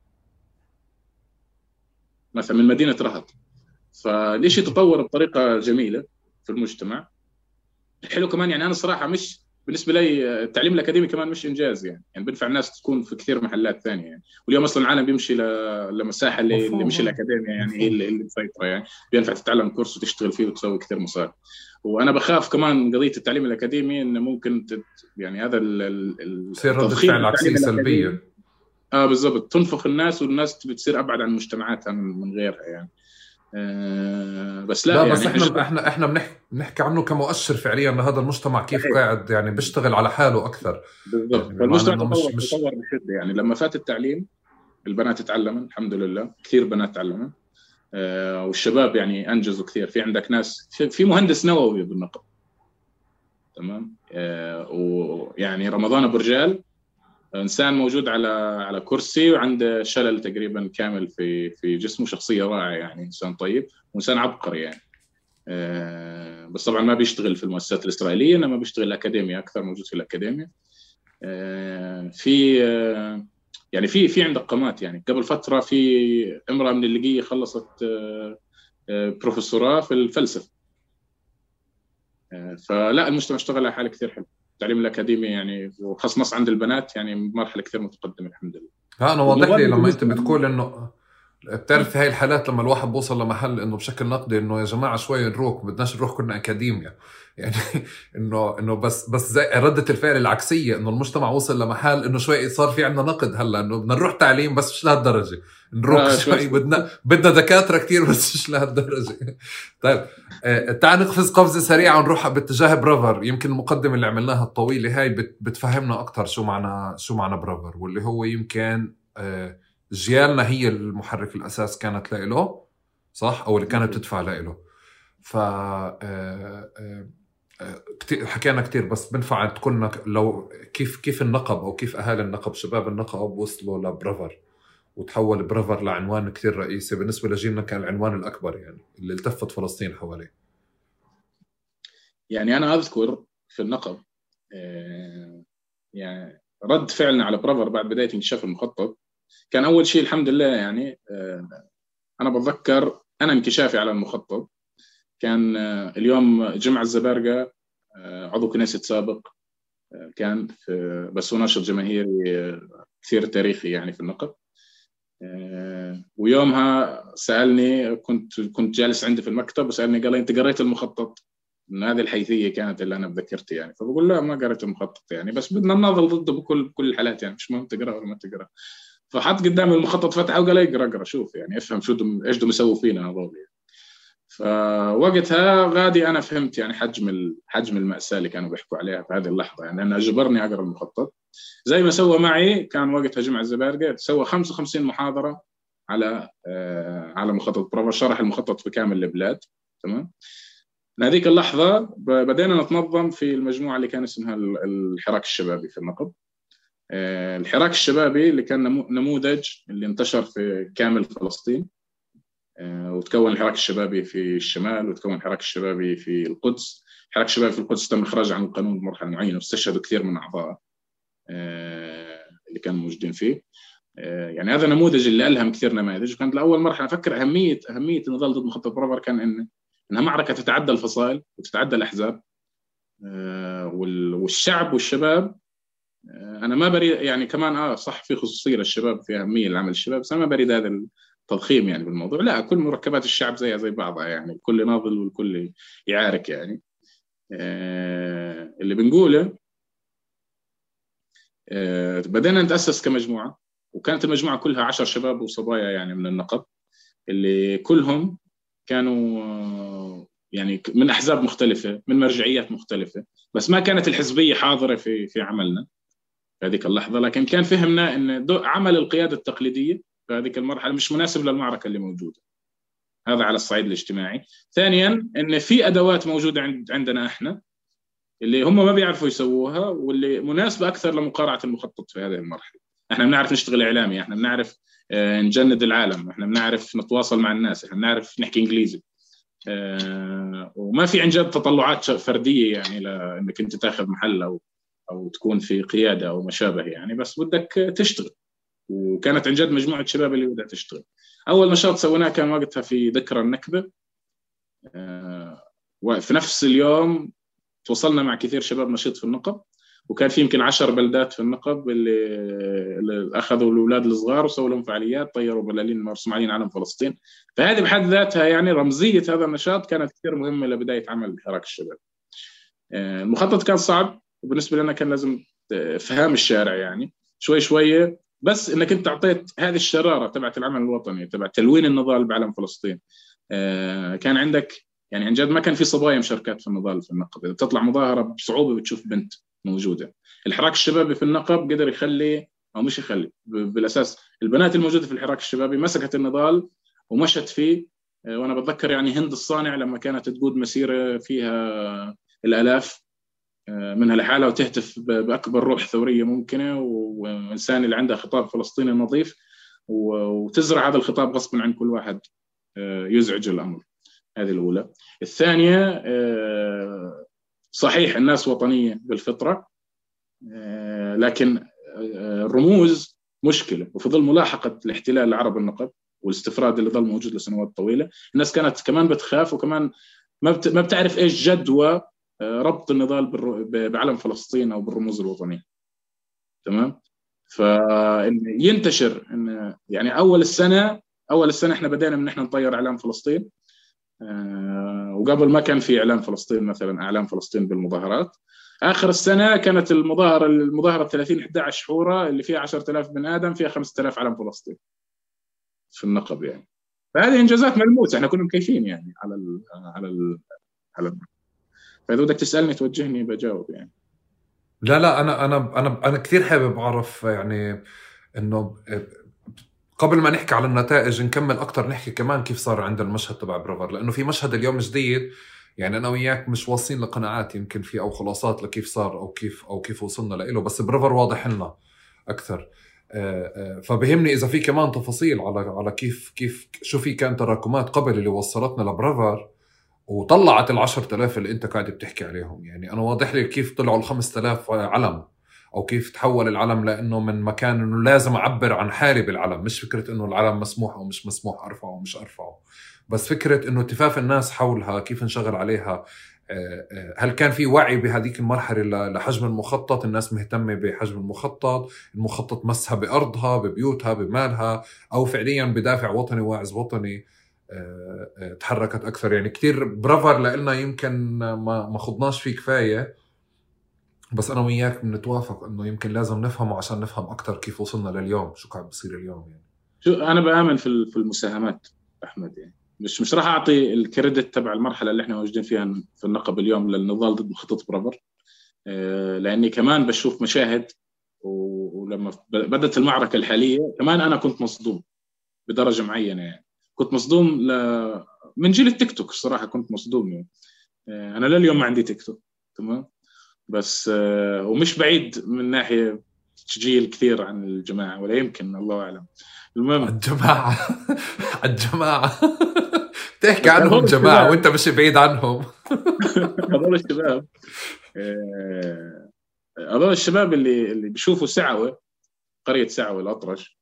مثلا من مدينه رهط. فالشيء تطور بطريقه جميله في المجتمع. حلو كمان يعني. انا صراحه مش بالنسبه لي التعليم الاكاديمي كمان مش انجاز يعني يعني بينفع الناس تكون في كثير محلات ثانيه يعني. واليوم اصلا العالم بيمشي ل- لمساحه اللي, اللي مفهوم مش آه. الاكاديميه يعني هي مفهوم. اللي, اللي مسيطره يعني. بينفع تتعلم كورس وتشتغل فيه وتسوي كثير مصاري. وانا بخاف كمان قضيه التعليم الاكاديمي انه ممكن تت يعني هذا ال- ال- تصير ردة التضخيم في فعل التعليم عكسية الاكاديمي. سلبية. اه بالضبط، تنفخ الناس والناس بتصير ابعد عن مجتمعاتها من من غيرها يعني. آه بس لا لا يعني بس احنا احنا جدا احنا احنا بنحكي بنحكي عنه كمؤشر فعليا لهذا المجتمع كيف صحيح. قاعد يعني بيشتغل على حاله اكثر. بالضبط، يعني بمعنى فالمجتمع انه تطور مش مش تطور بشده يعني. لما فات التعليم البنات تعلمن الحمد لله، كثير بنات تعلمن. آه والشباب يعني انجزوا كثير. في عندك ناس في, في مهندس نووي بالنقب تمام. آه ويعني رمضان ابو رجال انسان موجود على على كرسي وعنده شلل تقريبا كامل في في جسمه، شخصيه رائعه يعني، انسان طيب وانسان عبقري يعني. آه بس طبعا ما بيشتغل في المؤسسات الاسرائيليه، انما بيشتغل الاكاديميه اكثر، موجود في الاكاديميه. آه في آه يعني في في عندك قامات يعني. قبل فتره في امراه من الليبيه خلصت آه آه بروفيسوراه في الفلسفه. آه فلا المجتمع اشتغل على حاله كثير حلو. التعليم الاكاديمي يعني وخاصه عند البنات يعني مرحله كثير متقدمه الحمد لله. ها انا واضح لي وبنظام لما انت المجتمع. بتقول انه بتعرف في هاي الحالات لما الواحد بوصل لمحل انه بشكل نقدي انه يا جماعه شوي نروح، بدناش نروح كنا اكاديميا يعني انه انه بس بس زي رده الفعل العكسيه، انه المجتمع وصل لمحل انه شوي صار في عندنا نقد هلا انه بدنا نروح تعليم بس مش لهالدرجه، نروح آه شوي شوي شوي. بدنا بدنا دكاتره كتير بس مش لهالدرجه. طيب آه، تعال نقفز قفزه سريعه ونروح باتجاه برافر. يمكن المقدمه اللي عملناها الطويله هاي بت بتفهمنا اكثر شو معنى شو معنى برافر، واللي هو يمكن آه جيالنا هي المحرك الأساس كانت له، صح؟ أو اللي كانت تدفع له. ف آه، آه، آه، كتير حكينا كتير، بس بنفع تكون لو كيف كيف النقب أو كيف أهالي النقب شباب النقب وصلوا لبرافر، وتحول برافر لعنوان كتير رئيسي بالنسبة لجيلنا، كان العنوان الأكبر يعني اللي التفت فلسطين حواليه. يعني انا اذكر في النقب آه يعني رد فعلنا على برافر بعد بدايه انكشاف المخطط كان اول شيء الحمد لله يعني. آه انا بتذكر انا انكشافي على المخطط كان آه اليوم جمع الزبارقه آه عضو كنيسه سابق آه كان في، بس هو ناشط جماهيري آه كثير تاريخي يعني في النقب. آه ويومها سالني، كنت كنت جالس عندي في المكتب وسالني قال لي انت قريت المخطط؟ إن هذه الحيثية كانت اللي أنا بذكرت يعني. فبقول لا ما قرأت المخطط يعني، بس بدنا نناضل ضده بكل بكل الحالات يعني، مش مهم تقرأ ولا ما تقرأ. فحط قدام المخطط فتحه وقال يقرأ اقرأ شوف يعني افهم شو دم ايش دم يسووا فينا هذول يعني. فوقتها غادي أنا فهمت يعني حجم ال... حجم المأساة اللي كانوا بيحكوا عليها في هذه اللحظة يعني. أنا أجبرني أقرأ المخطط زي ما سوى معي. كان وقتها جمع الزبارقة سوى خمسة وخمسين محاضرة على آه على مخطط بروفر، شرح المخطط في كامل البلاد. تمام. من هذيك اللحظة بدينا نتنظم في المجموعة اللي كان اسمها الحراك الشبابي في النقب. آه الحراك الشبابي اللي كان نموذج اللي انتشر في كامل فلسطين، وتكون الحراك الشبابي في الشمال، وتكون الحراك الشبابي في القدس. الحراك الشبابي في القدس تم الإخراج عن القانون بمرحلة معينة واستشهدوا كثير من أعضاء اللي كانوا موجودين فيه. يعني هذا نموذج اللي ألهم كثير نماذج. وكانت لأول مرحلة أفكر أهمية أهمية النضال ضد مخطط بروفر كان إن إنها معركة تتعدى الفصائل وتتعدى الأحزاب، والشعب والشباب. أنا ما بريد يعني كمان آه صح في خصوصية للشباب، في أهمية لعمل الشباب، بس أنا ما بريد هذا تضخيم يعني بالموضوع. لا، كل مركبات الشعب زيها زي بعضها يعني، الكل ناضل والكل يعارك يعني. آه اللي بنقوله آه بدأنا نتأسس كمجموعة، وكانت المجموعة كلها عشر شباب وصبايا يعني من النقب، اللي كلهم كانوا آه يعني من أحزاب مختلفة من مرجعيات مختلفة، بس ما كانت الحزبية حاضرة في في عملنا في هذيك اللحظة. لكن كان فهمنا أن عمل القيادة التقليدية في هذيك المرحلة مش مناسب للمعركة اللي موجودة. هذا على الصعيد الاجتماعي. ثانيا ان في ادوات موجوده عند عندنا احنا اللي هم ما بيعرفوا يسووها، واللي مناسبه اكثر لمقارعه المخطط في هذه المرحله. احنا بنعرف نشتغل اعلامي، احنا بنعرف اه نجند العالم، احنا بنعرف نتواصل مع الناس، احنا بنعرف نحكي انجليزي. اه وما في عن جد تطلعات فرديه يعني لانك انت تاخذ محل او او تكون في قياده او ما شابه يعني، بس بدك تشتغل. وكانت عن جد مجموعه شباب اللي بدها تشتغل. أول نشاط سويناه كان وقتها في ذكرى النكبة. وفي نفس اليوم تواصلنا مع كثير شباب نشيط في النقب، وكان في يمكن عشر بلدات في النقب اللي, اللي أخذوا الأولاد الصغار وسووا لهم فعاليات، طيروا بلالين مرسوم عليهم علم فلسطين. فهذه بحد ذاتها يعني رمزية هذا النشاط كانت كثير مهمة لبداية عمل حراك الشباب. المخطط كان صعب، وبالنسبة لنا كان لازم فهم الشارع يعني شوي شوية، بس انك انت اعطيت هذه الشراره تبعت العمل الوطني تبع تلوين النضال بعلم فلسطين. آه كان عندك يعني عن جد ما كان في صبايا مشاركات في النضال في النقب. اذا تطلع مظاهره بصعوبه بتشوف بنت موجوده. الحراك الشبابي في النقب قدر يخلي او مش يخلي بالاساس البنات الموجوده في الحراك الشبابي مسكت النضال ومشت فيه. آه وانا بتذكر يعني هند الصانع لما كانت تقود مسيره فيها الالاف منها لحالها وتهتف بأكبر روح ثورية ممكنة، وإنسان اللي عنده خطاب فلسطيني نظيف، وتزرع هذا الخطاب غصبا عن كل واحد يزعج الأمر. هذه الأولى. الثانية صحيح الناس وطنية بالفطرة، لكن الرموز مشكلة. وفي ظل ملاحقة الاحتلال العربي النقب والاستفراد اللي ظل موجود لسنوات طويلة، الناس كانت كمان بتخاف، وكمان ما ما بتعرف إيش جدوى ربط النضال بعلم فلسطين أو بالرموز الوطنية. تمام. فإن ينتشر إن يعني أول السنة أول السنة إحنا بدينا من إحنا نطير إعلام فلسطين، وقبل ما كان في إعلام فلسطين مثلا أعلام فلسطين بالمظاهرات. آخر السنة كانت المظاهرة المظاهرة ثلاثين إحدى عشر حورة اللي فيها عشرة آلاف بن آدم فيها خمسة آلاف علم فلسطين في النقب يعني. فهذه إنجازات ملموسة، إحنا كنا مكيفين يعني على ال على ال على ال فإذا بدك تسألني توجهني بجاوب يعني. لا لا أنا أنا أنا أنا كثير حابب أعرف يعني إنه قبل ما نحكي على النتائج نكمل أكتر، نحكي كمان كيف صار عند المشهد تبع بروفر، لأنه في مشهد اليوم جديد يعني أنا وياك مش واصلين لقناعات يمكن في أو خلاصات لكيف صار أو كيف أو كيف وصلنا لإله، بس بروفر واضح لنا أكثر. فبهمني إذا في كمان تفاصيل على على كيف كيف شو في كان تراكمات قبل اللي وصلتنا لبروفر وطلعت العشرة آلاف اللي أنت قاعد بتحكي عليهم. يعني أنا واضح لي كيف طلعوا الخمسة آلاف علم، أو كيف تحول العلم لأنه من مكان إنه لازم أعبر عن حالي بالعلم، مش فكرة إنه العلم مسموح أو مش مسموح أرفعه أو مش أرفعه، بس فكرة إنه التفاف الناس حولها كيف نشغل عليها. هل كان في وعي بهذيك المرحلة لحجم المخطط؟ الناس مهتمة بحجم المخطط، المخطط مسها بأرضها ببيوتها بمالها، أو فعليا بدافع وطني واعز وطني؟ تحركت أكثر. يعني كتير برافر لإلنا يمكن ما ما خضناش فيه كفاية، بس أنا وياك بنتوافق إنه يمكن لازم نفهمه عشان نفهم أكتر كيف وصلنا لليوم، شو قاعد بصير اليوم. يعني شو أنا بآمن في في المساهمات أحمد، يعني مش مش راح أعطي الكريدت تبع المرحلة اللي إحنا موجودين فيها في النقب اليوم للنضال ضد مخطط برافر، لأني كمان بشوف مشاهد، ولما بدأت المعركة الحالية كمان أنا كنت مصدوم بدرجة معينة. يعني كنت مصدوم ل... من جيل التيك توك الصراحة كنت مصدوم. يعني أنا لليوم ما عندي تيك توك، تمام، بس ومش بعيد من ناحية تسجيل كثير عن الجماعة، ولا يمكن، الله أعلم. المهم الجماعة الجماعة تحكي بس عنهم هذول جماعة الشباب وانت مش بعيد عنهم. هذول الشباب هذول الشباب اللي اللي بيشوفوا سعوة، قرية سعوة الأطرش،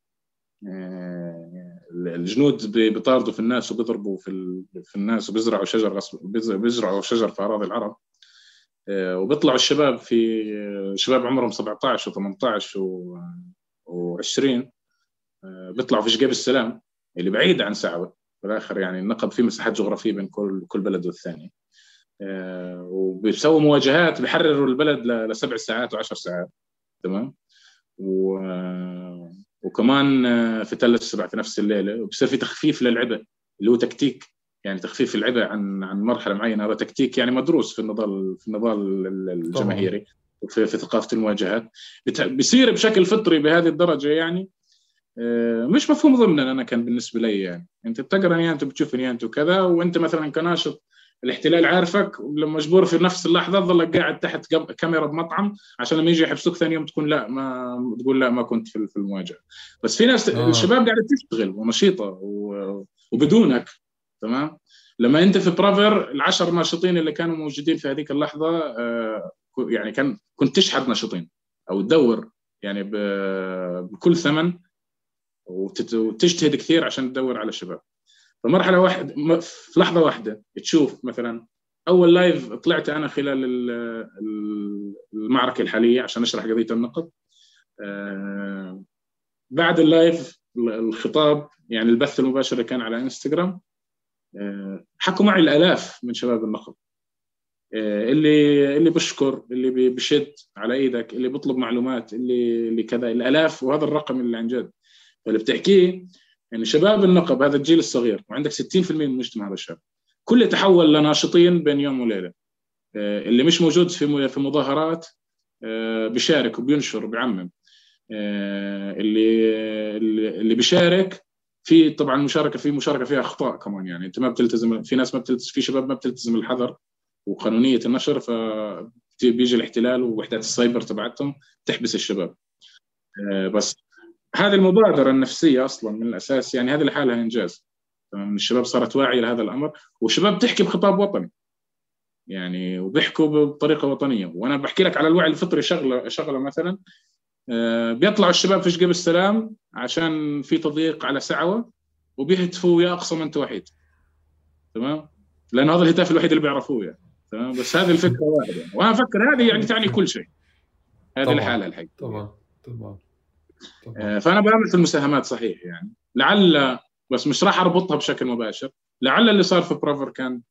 الجنود بيطاردوا في الناس وبيضربوا في في الناس وبيزرعوا شجر غصب، بيزرعوا شجر في أراضي العرب، وبيطلعوا الشباب في شباب عمرهم سبعة عشر و18 و20 بيطلعوا في شقيب السلام اللي بعيد عن سعوة بالآخر. يعني النقب فيه مساحات جغرافية بين كل كل بلد والثاني، وبيسووا مواجهات بيحرروا البلد لسبع ساعات وعشر ساعات، تمام. و... وكمان في تل السبع في نفس الليلة، وبصير في تخفيف للعبء اللي هو تكتيك، يعني تخفيف العبء عن عن مرحلة معينة. هذا تكتيك يعني مدروس في النضال في النضال الجماهيري وفي في ثقافة المواجهات، بت... بيصير بشكل فطري بهذه الدرجة. يعني مش مفهوم ضمنا. أنا كان بالنسبة لي يعني أنت بتقرأني يعني أنت بتشوفني يعني أنت وكذا، وأنت مثلا كناشط الاحتلال عارفك، ولما مجبور في نفس اللحظة تظلك قاعد تحت كاميرا بمطعم عشان لما يجي يحبسوك ثاني يوم تكون لا ما تقول لا ما كنت في في المواجهة. بس في ناس آه. الشباب قاعدة تشتغل ونشيطة وبدونك، تمام. لما أنت في برافر العشر ناشطين اللي كانوا موجودين في هذيك اللحظة يعني كان كنت تشحد ناشطين أو تدور يعني بكل ثمن وتجتهد كثير عشان تدور على شباب. فمرحلة واحدة في لحظة واحدة تشوف مثلا أول لايف طلعت أنا خلال المعركة الحالية عشان أشرح قضية النقب. بعد اللايف الخطاب يعني البث المباشر كان على انستغرام، حكوا معي الآلاف من شباب النقب، اللي اللي بشكر، اللي بشد على ايدك، اللي بيطلب معلومات، اللي اللي كذا، الآلاف. وهذا الرقم اللي عن جد اللي بتحكيه يعني شباب النقب هذا الجيل الصغير، وعندك ستين بالمئة من المجتمع هذا الشاب كله تحول لناشطين بين يوم وليلة. اللي مش موجود في في مظاهرات بيشارك وبينشر وبيعمم، اللي اللي بيشارك في طبعا مشاركة في مشاركة فيها أخطاء كمان. يعني أنت ما بتلتزم، في ناس ما بتلتزم، في شباب ما بتلتزم الحذر وقانونية النشر، فبيجي الاحتلال ووحدات السايبر تبعتهم تحبس الشباب. بس هذه المبادرة النفسية أصلا من الأساس يعني هذه لحالها إنجاز، تمام. الشباب صارت واعية لهذا الأمر، والشباب تحكي بخطاب وطني يعني وبيحكوا بطريقة وطنية. وأنا بحكي لك على الوعي الفطري شغلة شغلة مثلا بيطلعوا الشباب في شقيب السلام عشان في تضييق على سعوة وبيهتفوا يا أقصى من توحيد، تمام، لأنه هذا الهتاف الوحيد اللي بيعرفوه يعني، تمام. بس هذه الفكرة واحدة يعني. وأنا أفكر هذه يعني تعني كل شيء، هذه الحالة الحقيقية. طبعا طبعا طبعا. فأنا بعمل في المساهمات صحيح يعني، لعل بس مش راح أربطها بشكل مباشر. لعل اللي صار في برافر كان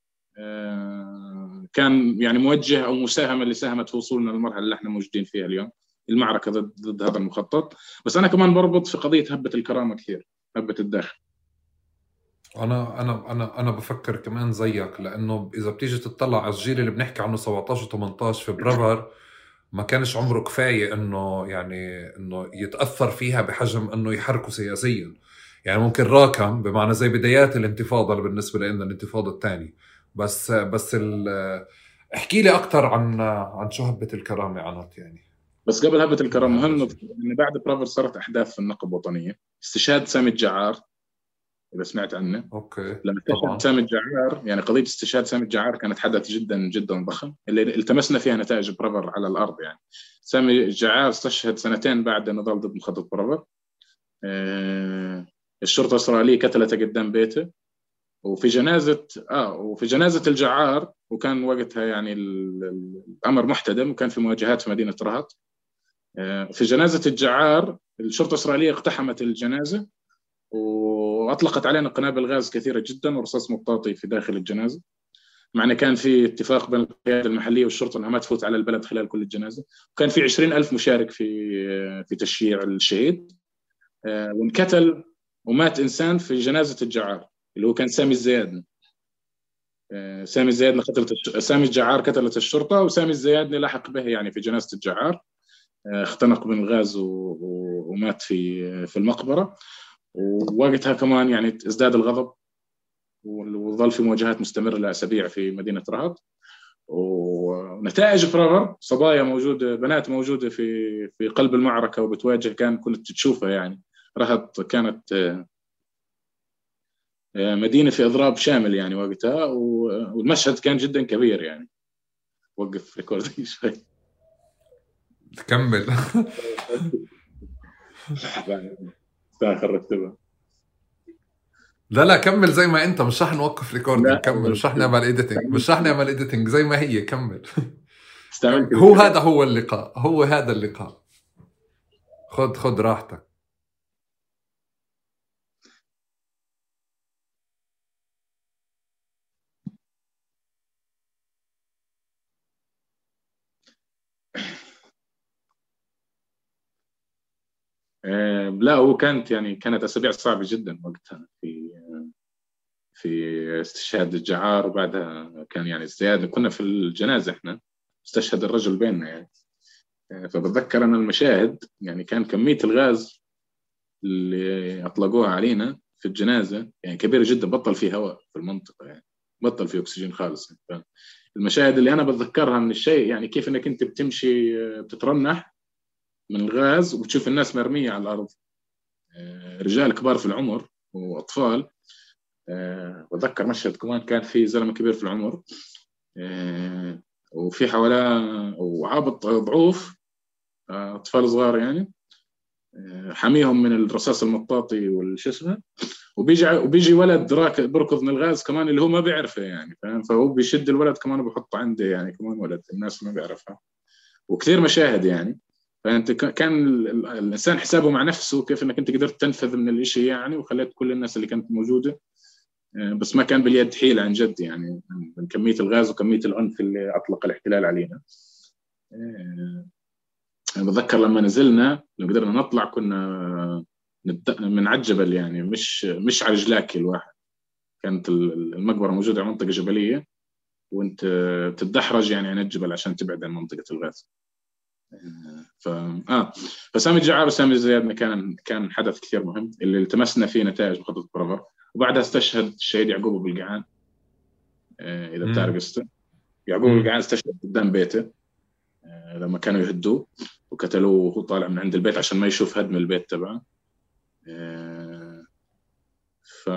كان يعني موجه أو مساهمة اللي ساهمت في وصولنا للمرحلة اللي احنا موجودين فيها اليوم، المعركة ضد, ضد هذا المخطط. بس أنا كمان بربط في قضية هبة الكرامة كثير، هبة الداخل. أنا أنا أنا أنا بفكر كمان زيك، لأنه إذا بتيجي تطلع على الجيل اللي بنحكي عنه سبعتاشر وثمانية عشر في برافر ما كانش عمره كفاية إنه يعني إنه يتأثر فيها بحجم إنه يحركوا سياسيا. يعني ممكن راكم بمعنى زي بدايات الانتفاضة اللي بالنسبة لنا الانتفاضة الثانية. بس بس احكي لي أكتر عن عن شو هبة الكرامة عنت يعني. بس قبل هبة الكرامة مهم إن بعد برافر صارت أحداث في النقب وطنية. استشهاد سامي الجعار إذا سمعت عنه. أوكي. لما استشهد سامي الجعار يعني قضية استشهاد سامي الجعار كانت حدث جدا جدا ضخم اللي التمسنا فيها نتائج برافر على الأرض. يعني سامي الجعار استشهد سنتين بعد النضال ضد مخطط برافر. آه الشرطة الإسرائيلية قتلته قدام بيته، وفي جنازة آه وفي جنازة الجعار، وكان وقتها يعني الأمر محتدم وكان في مواجهات في مدينة رهط. آه في جنازة الجعار الشرطة الإسرائيلية اقتحمت الجنازة وأطلقت علينا قنابل غاز كثيرة جدا ورصاص مطاطي في داخل الجنازة، مع أن كان في اتفاق بين القيادة المحلية والشرطة أنها ما تفوت على البلد خلال كل الجنازة. وكان في عشرين ألف مشارك في في تشييع الشهيد. وانقتل ومات إنسان في جنازة الجعار اللي هو كان سامي الزيادني. سامي الزيادني قتلت سامي الجعار قتلت الشرطة، وسامي الزيادني لحق به يعني في جنازة الجعار، اختنق من الغاز ومات في في المقبرة. ووقتها كمان يعني ازداد الغضب وظل في مواجهات مستمرة لأسابيع في مدينة رهط. ونتائج بروفر صبايا موجودة، بنات موجودة في في قلب المعركة وبتواجه، كان كنت تشوفها يعني. رهط كانت مدينة في إضراب شامل يعني وقتها، والمشهد كان جدا كبير يعني. وقف ريكورد شوي تكمل. خرجتها. لا لا كمل زي ما انت، مش رح نوقف ريكوردينج، كمل، مش رح نعمل ايديتنج، مش رح نعمل ايديتنج زي ما هي، كمل. كمل. هو هذا هو اللقاء، هو هذا اللقاء. خد خد راحتك. لا هو كانت يعني كانت أسابيع صعبة جدا وقتها في في استشهاد الجعار، وبعدها كان يعني ازدياد. كنا في الجنازة احنا، استشهد الرجل بيننا يعني. فبتذكر أنا المشاهد يعني، كان كمية الغاز اللي أطلقوها علينا في الجنازة يعني كبيرة جدا، بطل في هواء في المنطقة يعني، بطل في أكسجين خالص. المشاهد اللي أنا بتذكرها من الشيء يعني كيف إنك أنت بتمشي بتترنح من الغاز وبتشوف الناس مرمية على الأرض، رجال كبار في العمر وأطفال. بتذكر مشهد كمان كان في زلمة كبير في العمر وفي حواليه وعابط ضعوف أطفال صغار يعني، حميهم من الرصاص المطاطي والشو اسمه. وبيجي وبيجي ولد راكب بركض من الغاز كمان اللي هو ما بيعرفه يعني، فاهم؟ فهو بيشد الولد كمان وبيحطه عنده يعني، كمان ولد الناس ما بيعرفها. وكثير مشاهد يعني. فانت كان الانسان حسابه مع نفسه كيف انك انت قدرت تنفذ من الاشي يعني، وخليت كل الناس اللي كانت موجوده، بس ما كان باليد حيل عن جد يعني، من كميه الغاز وكميه العنف اللي اطلق الاحتلال علينا. أنا بتذكر لما نزلنا لو قدرنا نطلع كنا من على الجبل يعني، مش مش على رجلاك الواحد. كانت المقبرة موجودة على منطقة جبلية، وانت بتتدحرج يعني عن الجبل عشان تبعد عن منطقة الغاز. ف اه فسامي الجعار وسامي الزيادني كان كان حدث كثير مهم اللي التمسنا فيه نتائج مخطط بروفر. وبعدها استشهد الشهيد يعقوب بالقعان، اذا بتعرف قصته. يعقوب بالقعان استشهد قدام بيته لما كانوا يهدوه وقتلوه وهو طالع من عند البيت عشان ما يشوف هدم البيت تبعه. ف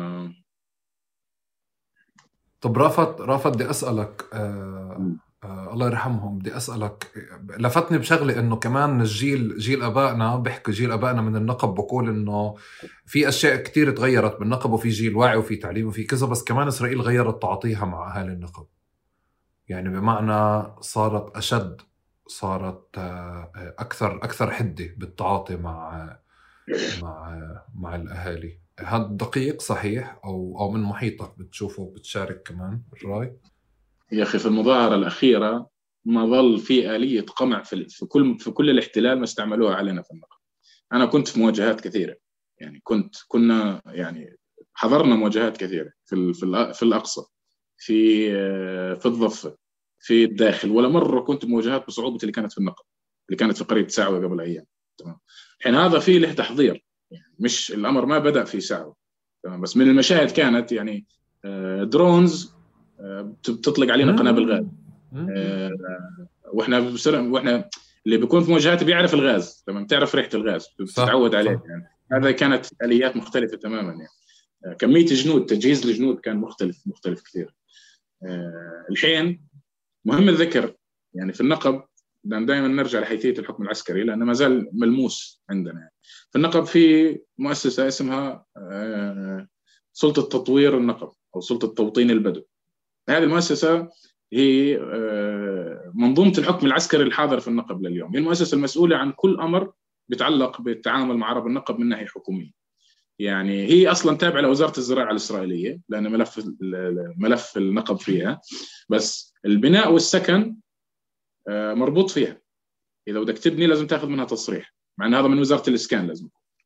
طب رافت رافت بدي أسألك آه آه الله يرحمهم، بدي أسألك، لفتني بشغلة إنه كمان الجيل جيل أبائنا، بحكي جيل أبائنا من النقب، بقول إنه في أشياء كتير تغيرت بالنقب وفي جيل واعي وفي تعليم وفي كذا، بس كمان إسرائيل غيرت تعاطيها مع أهالي النقب، يعني بمعنى صارت أشد، صارت آه أكثر أكثر حدة بالتعاطي مع مع مع الأهالي. هذا دقيق صحيح أو أو من محيطك بتشوفه بتشارك كمان الرأي؟ يا أخي في المظاهرة الأخيرة ما ظل في آلية قمع في في كل في كل الاحتلال ما استعملوها علينا في النقب. أنا كنت في مواجهات كثيرة يعني، كنت كنا يعني حضرنا مواجهات كثيرة في في في الأقصى، في في الضفة، في الداخل. ولا مرة كنت مواجهات بصعوبة اللي كانت في النقب، اللي كانت في قرية سعوة قبل أيام. تمام. الحين هذا فيه له تحضير يعني، مش الأمر ما بدأ في سعوة. تمام. بس من المشاهد كانت يعني درونز بتطلق علينا قنابل غاز، واحنا واحنا اللي بيكون في مواجهات بيعرف الغاز. تمام. تعرف ريحة الغاز، بتتعود عليه يعني. هذا كانت آليات مختلفة تماما يعني. كمية جنود، تجهيز الجنود كان مختلف مختلف كثير. الحين مهم الذكر يعني في النقب، دائما نرجع لحيثية الحكم العسكري لأنه ما زال ملموس عندنا يعني. في النقب في مؤسسة اسمها سلطة تطوير النقب أو سلطة توطين البدو. هذه المؤسسة هي منظومة الحكم العسكري الحاضر في النقب لليوم. هي المؤسسة المسؤولة عن كل أمر بيتعلق بالتعامل مع عرب النقب من ناحية حكومية. يعني هي اصلا تابعه لوزاره الزراعه الاسرائيليه لان ملف ملف النقب فيها، بس البناء والسكن مربوط فيها. اذا بدك تبني لازم تاخذ منها تصريح، مع ان هذا من وزاره الاسكان لازم.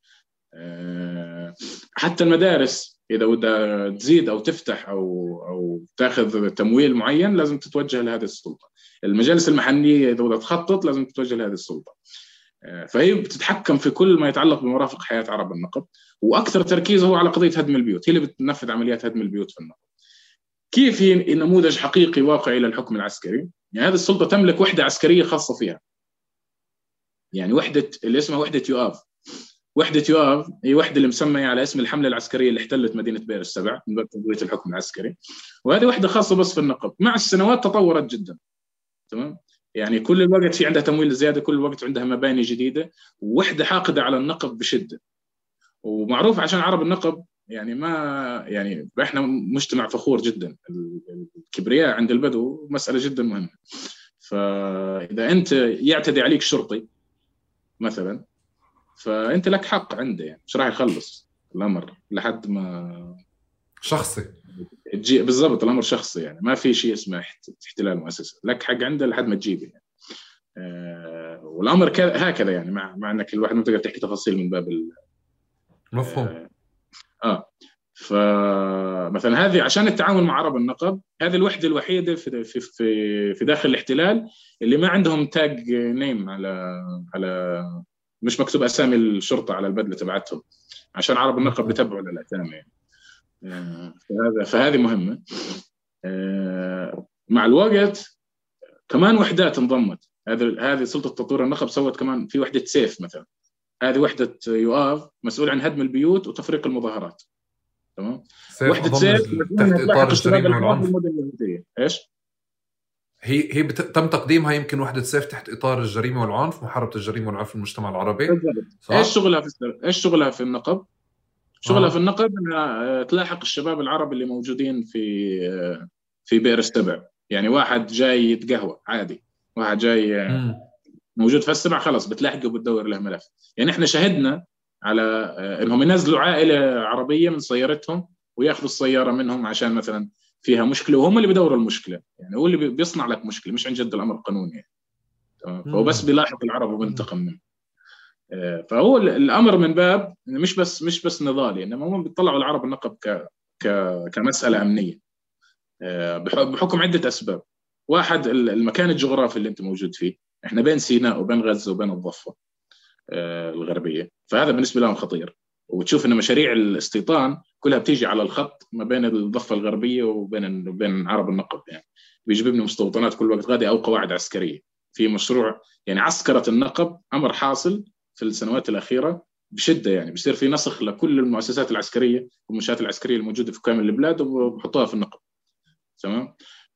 حتى المدارس اذا بدها تزيد او تفتح او او تاخذ تمويل معين لازم تتوجه لهذه السلطه. المجالس المحليه اذا بدها تخطط لازم تتوجه لهذه السلطه. فهي بتتحكم في كل ما يتعلق بمرافق حياه عرب النقب، واكثر تركيز هو على قضيه هدم البيوت، هي اللي بتنفذ عمليات هدم البيوت في النقب. كيف هي نموذج حقيقي واقعي للحكم العسكري؟ يعني هذه السلطه تملك وحده عسكريه خاصه فيها، يعني وحده اللي اسمها وحده يؤاف. وحده يؤاف هي وحده اللي مسميه على اسم الحمله العسكريه اللي احتلت مدينه بئر السبع من باب تطوير الحكم العسكري، وهذه وحده خاصه بس في النقب. مع السنوات تطورت جدا، تمام؟ يعني كل الوقت في عندها تمويل زياده، كل الوقت عندها مباني جديده، ووحده حاقده على النقب بشده. ومعروف عشان عرب النقب يعني ما يعني احنا مجتمع فخور جدا، الكبرياء عند البدو مساله جدا مهمه. فاذا انت يعتدي عليك شرطي مثلا فانت لك حق عنده، يعني مش راح يخلص الامر لحد ما شخصي تجي. بالضبط، الامر شخصي، يعني ما في شيء اسمه احتلال مؤسسه، لك حق عنده لحد ما تجيبه يعني. آه والامر هكذا يعني، مع مع انك الواحد ما تقدر تحكي تفاصيل من باب مفهوم. اه, آه. فمثلا هذه عشان التعامل مع عرب النقب، هذه الوحده الوحيده في في في, في داخل الاحتلال اللي ما عندهم تاج نيم على على مش مكتوب اسامي الشرطه على البدله تبعتهم، عشان عرب النقب بتبعوا للاسامي يعني. فهذا فهذه مهمه. مع الوقت كمان وحدات انضمت. هذه هذه سلطه تطوير النقب سوت كمان في وحده سيف مثلا، هذه وحده يؤاف مسؤول عن هدم البيوت وتفريق المظاهرات، تمام؟ وحده سيف تحت اطار الجريمه والعنف. ايش هي هي بت... تم تقديمها يمكن وحده سيف تحت اطار الجريمه والعنف، محاربه الجريمه والعنف في المجتمع العربي. ايش شغلها في السر... ايش شغلها في النقب؟ شغلها آه. في النقب انها تلاحق الشباب العرب اللي موجودين في في بئر السبع. يعني واحد جاي يتقهوى عادي، واحد جاي م. موجود في السبع، خلاص بتلاحقه وبتدور له ملف. يعني احنا شهدنا على انهم ينزلوا عائله عربيه من سيارتهم وياخذوا السياره منهم عشان مثلا فيها مشكله، وهم اللي بيدوروا المشكله، يعني هو اللي بيصنع لك مشكله، مش عن جد الامر قانوني يعني. فهو بس بيلاحق العرب وبينتقم منهم. فهو الامر من باب مش بس مش بس نضالي، انما هم بيطلعوا العرب النقب ك ك كمساله امنيه بحكم عده اسباب. واحد، المكان الجغرافي اللي انت موجود فيه، احنا بين سيناء وبين غزه وبين الضفه الغربيه، فهذا بالنسبه لهم خطير. وتشوف ان مشاريع الاستيطان كلها بتيجي على الخط ما بين الضفه الغربيه وبين وبين عرب النقب، يعني بيجيب لنا مستوطنات كل وقت غادي او قواعد عسكريه. في مشروع يعني عسكره النقب امر حاصل في السنوات الاخيره بشده، يعني بيصير في نسخ لكل المؤسسات العسكريه والمنشات العسكريه الموجوده في كامل البلاد وبحطوها في النقب، تمام؟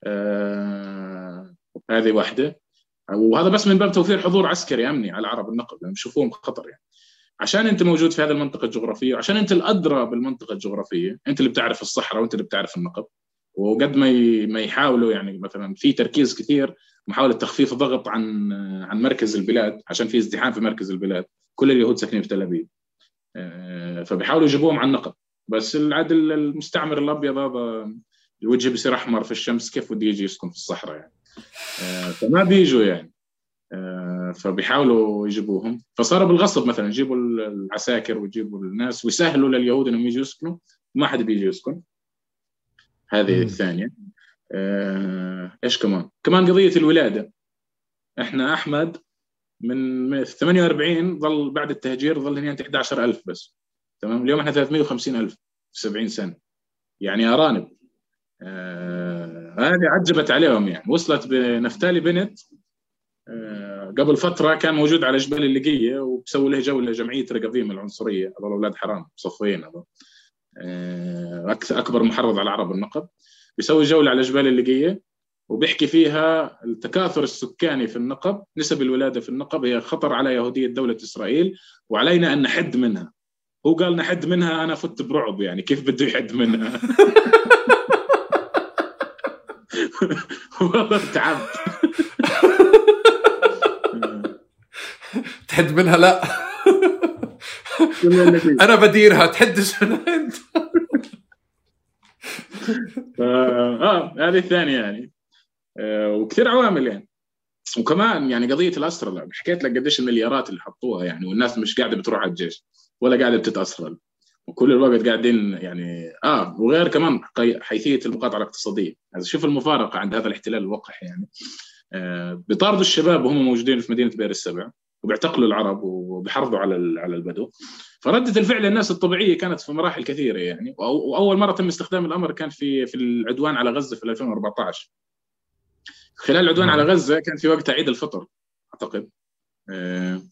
آه هذه واحده. وهذا بس من باب توفير حضور عسكري امني على عرب النقب، لان يعني بشوفوهم خطر، يعني عشان انت موجود في هذه المنطقه الجغرافيه، وعشان انت الادرى بالمنطقه الجغرافيه، انت اللي بتعرف الصحراء وانت اللي بتعرف النقب. وقد ما ما يحاولوا يعني مثلا في تركيز كثير محاوله تخفيف ضغط عن عن مركز البلاد، عشان في ازدحام في مركز البلاد، كل اليهود ساكنين في تل ابيب، فبيحاولوا يجيبوهم على النقب. بس العدل المستعمر الابيض هذا الوجه بيصير احمر في الشمس، كيف بده يجي يسكن في الصحراء يعني؟ فما بيجوا يعني، فبيحاولوا يجيبوهم. فصار بالغصب مثلا يجيبوا العساكر ويجيبوا الناس ويسهلوا لليهود انهم يجوا يسكنوا، وما حد بيجي يسكن. هذه الثانيه. ايش كمان كمان قضيه الولاده. احنا احمد من ثمانية وأربعين ظل بعد التهجير ظل هنا أحد عشر ألف بس، تمام؟ اليوم احنا ثلاثمائة وخمسين ألف في سبعين سنه، يعني ارانب. آه هذه عجبت عليهم يعني. وصلت بنفتالي بنت آه قبل فتره كان موجود على جبال اللقيه وبسوي له جوله جمعيه رقابيم العنصريه، هذول اولاد حرام صفويين، هذول آه اكبر محرض على عرب النقب، بيسوي جوله على جبال اللقيه وبيحكي فيها التكاثر السكاني في النقب، نسب الولاده في النقب هي خطر على يهوديه دوله اسرائيل وعلينا ان نحد منها. هو قال نحد منها، انا فت برعب يعني كيف بده يحد منها؟ والله تعبت. تحد منها لا انا بديرها تحدش من انت. اه هذه الثانيه يعني. آه وكثير عوامل يعني. وكمان يعني قضيه الاسرى، حكيت لك قديش المليارات اللي حطوها يعني، والناس مش قاعده بتروح على الجيش ولا قاعده بتتاسرى، وكل الوقت قاعدين يعني اه وغير كمان حيثيه المقاطعه الاقتصاديه. يعني شوف المفارقه عند هذا الاحتلال الوقح يعني. آه بيطاردوا الشباب وهم موجودين في مدينه بئر السبع، وبيعتقلوا العرب وبيحرضوا على على البدو. فردة الفعل الناس الطبيعيه كانت في مراحل كثيره يعني. واول مره تم استخدام الامر كان في في العدوان على غزه في ألفين وأربعة عشر. خلال العدوان على غزه كان في وقتها عيد الفطر اعتقد. آه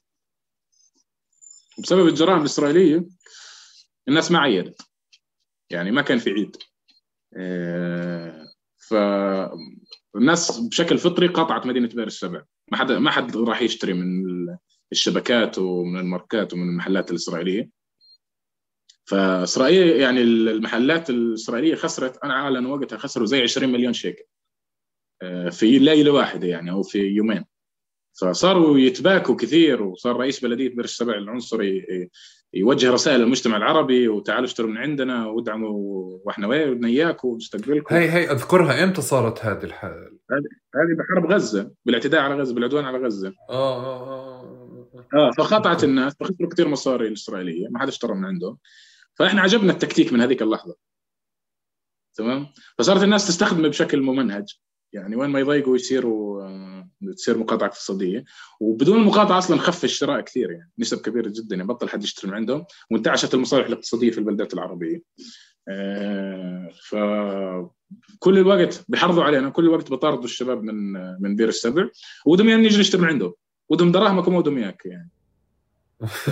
بسبب الجرائم الاسرائيليه الناس ما عيدت يعني، ما كان في عيد. آه فالناس بشكل فطري قاطعت مدينه بئر السبع. ما حد ما حد راح يشتري من الشبكات ومن الماركات ومن المحلات الاسرائيليه. فاسرائيل يعني المحلات الاسرائيليه خسرت، انا اعلنوا وقتها خسروا زي عشرين مليون شيكل في ليله واحده يعني، او في يومين. فصاروا يتباكوا كثير، وصار رئيس بلديه بئر السبع العنصري يوجه رسائل للمجتمع العربي، وتعالوا اشتروا من عندنا وادعموا، واحنا وين بدنا اياكم ونستقبلكم. هي هي اذكرها امتى صارت هذه الحاله؟ هذه بحرب غزه، بالاعتداء على غزه، بالعدوان على غزه. اه اه اه فقطعت الناس، فخسروا كثير مصاري الاسرائيليه، ما حد اشترى من عندهم. فاحنا عجبنا التكتيك من هذيك اللحظه، تمام. فصارت الناس تستخدمه بشكل ممنهج يعني، وين ما يضايقوا يصيروا آه تصير مقاطعه اقتصاديه. وبدون المقاطعه اصلا خف الشراء كثير يعني، نسب كبيره جدا يعني، بطل حد يشتري من عندهم، وانتعشت المصالح الاقتصاديه في البلدات العربيه. آه فكل الوقت بيحرضوا علينا، كل الوقت بطاردوا الشباب من من بئر السبع، ودهم يعني نيجي نشتري من عندهم، ودهم دراهمكم ودهم اياك يعني. ف...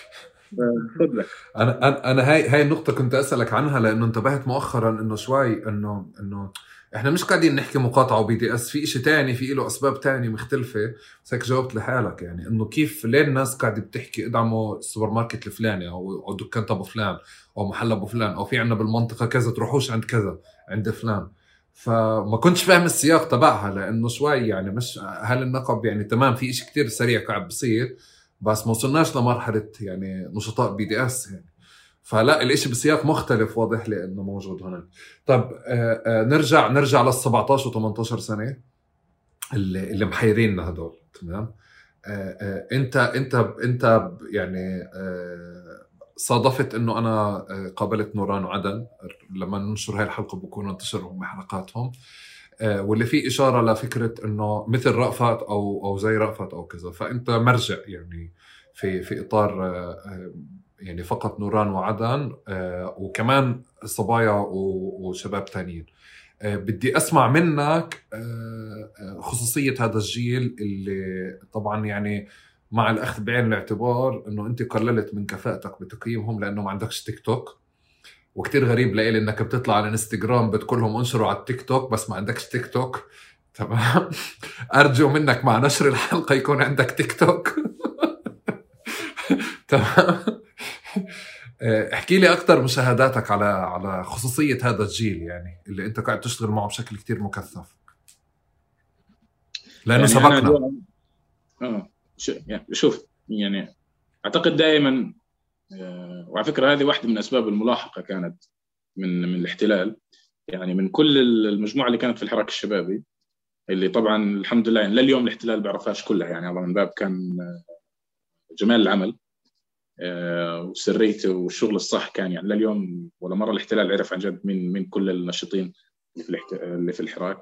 انا انا انا هاي هاي النقطه كنت اسالك عنها، لانه انتبهت مؤخرا انه شوي انه انه احنا مش قاعدين نحكي مقاطعه وبي دي اس، في شيء تاني، في له اسباب تانية مختلفه. بس هيك جاوبت لحالك يعني، انه كيف ليه الناس قاعده بتحكي ادعموا السوبر ماركت الفلاني، او او دكان ابو فلان، او محل ابو فلان، او في عندنا بالمنطقه كذا تروحوش عند كذا عند فلان. فما كنتش فاهم السياق تبعها، لانه شوي يعني مش هل النقب يعني تمام في شيء كتير سريع قاعد بصير، بس ما وصلناش لمرحله يعني نشطاء بي دي اس يعني. فلا الاشي بسياق مختلف، واضح لي انه موجود هناك. طب آآ آآ نرجع نرجع لل سبعطعش و ثمانية عشر سنه اللي اللي محيريننا هدول، تمام. انت انت انت يعني صادفت انه انا قابلت نوران وعدن لما ننشر هاي الحلقه، بكونوا انتشروا حلقاتهم، واللي فيه اشاره لفكره انه مثل رأفت او او زي رأفت او كذا. فانت مرجع يعني في في اطار يعني فقط نوران وعدن، وكمان صبايا وشباب تانيين. بدي أسمع منك خصوصية هذا الجيل اللي طبعا يعني مع الأخذ بعين الاعتبار أنه أنت قللت من كفاءتك بتقييمهم لأنه ما عندكش تيك توك، وكتير غريب لإلي أنك بتطلع على الانستغرام بتقولهم انشروا على التيك توك بس ما عندكش تيك توك، تمام. أرجو منك مع نشر الحلقة يكون عندك تيك توك. تمام. احكي لي أكتر مشاهداتك على على خصوصية هذا الجيل يعني اللي أنت قاعد تشتغل معه بشكل كتير مكثف، لأنه يعني سبقنا. آه يعني شوف يعني أعتقد دائما آه وعلى فكرة هذه واحدة من أسباب الملاحقة كانت من من الاحتلال يعني، من كل المجموعة اللي كانت في الحراك الشبابي اللي طبعا الحمد لله يعني لليوم الاحتلال بيعرفهاش كلها يعني، هذا من باب كان جمال العمل وسريته والشغل الصح كان يعني لليوم ولا مرة الاحتلال عرف عن جد من من كل الناشطين اللي في اللي في الحراك.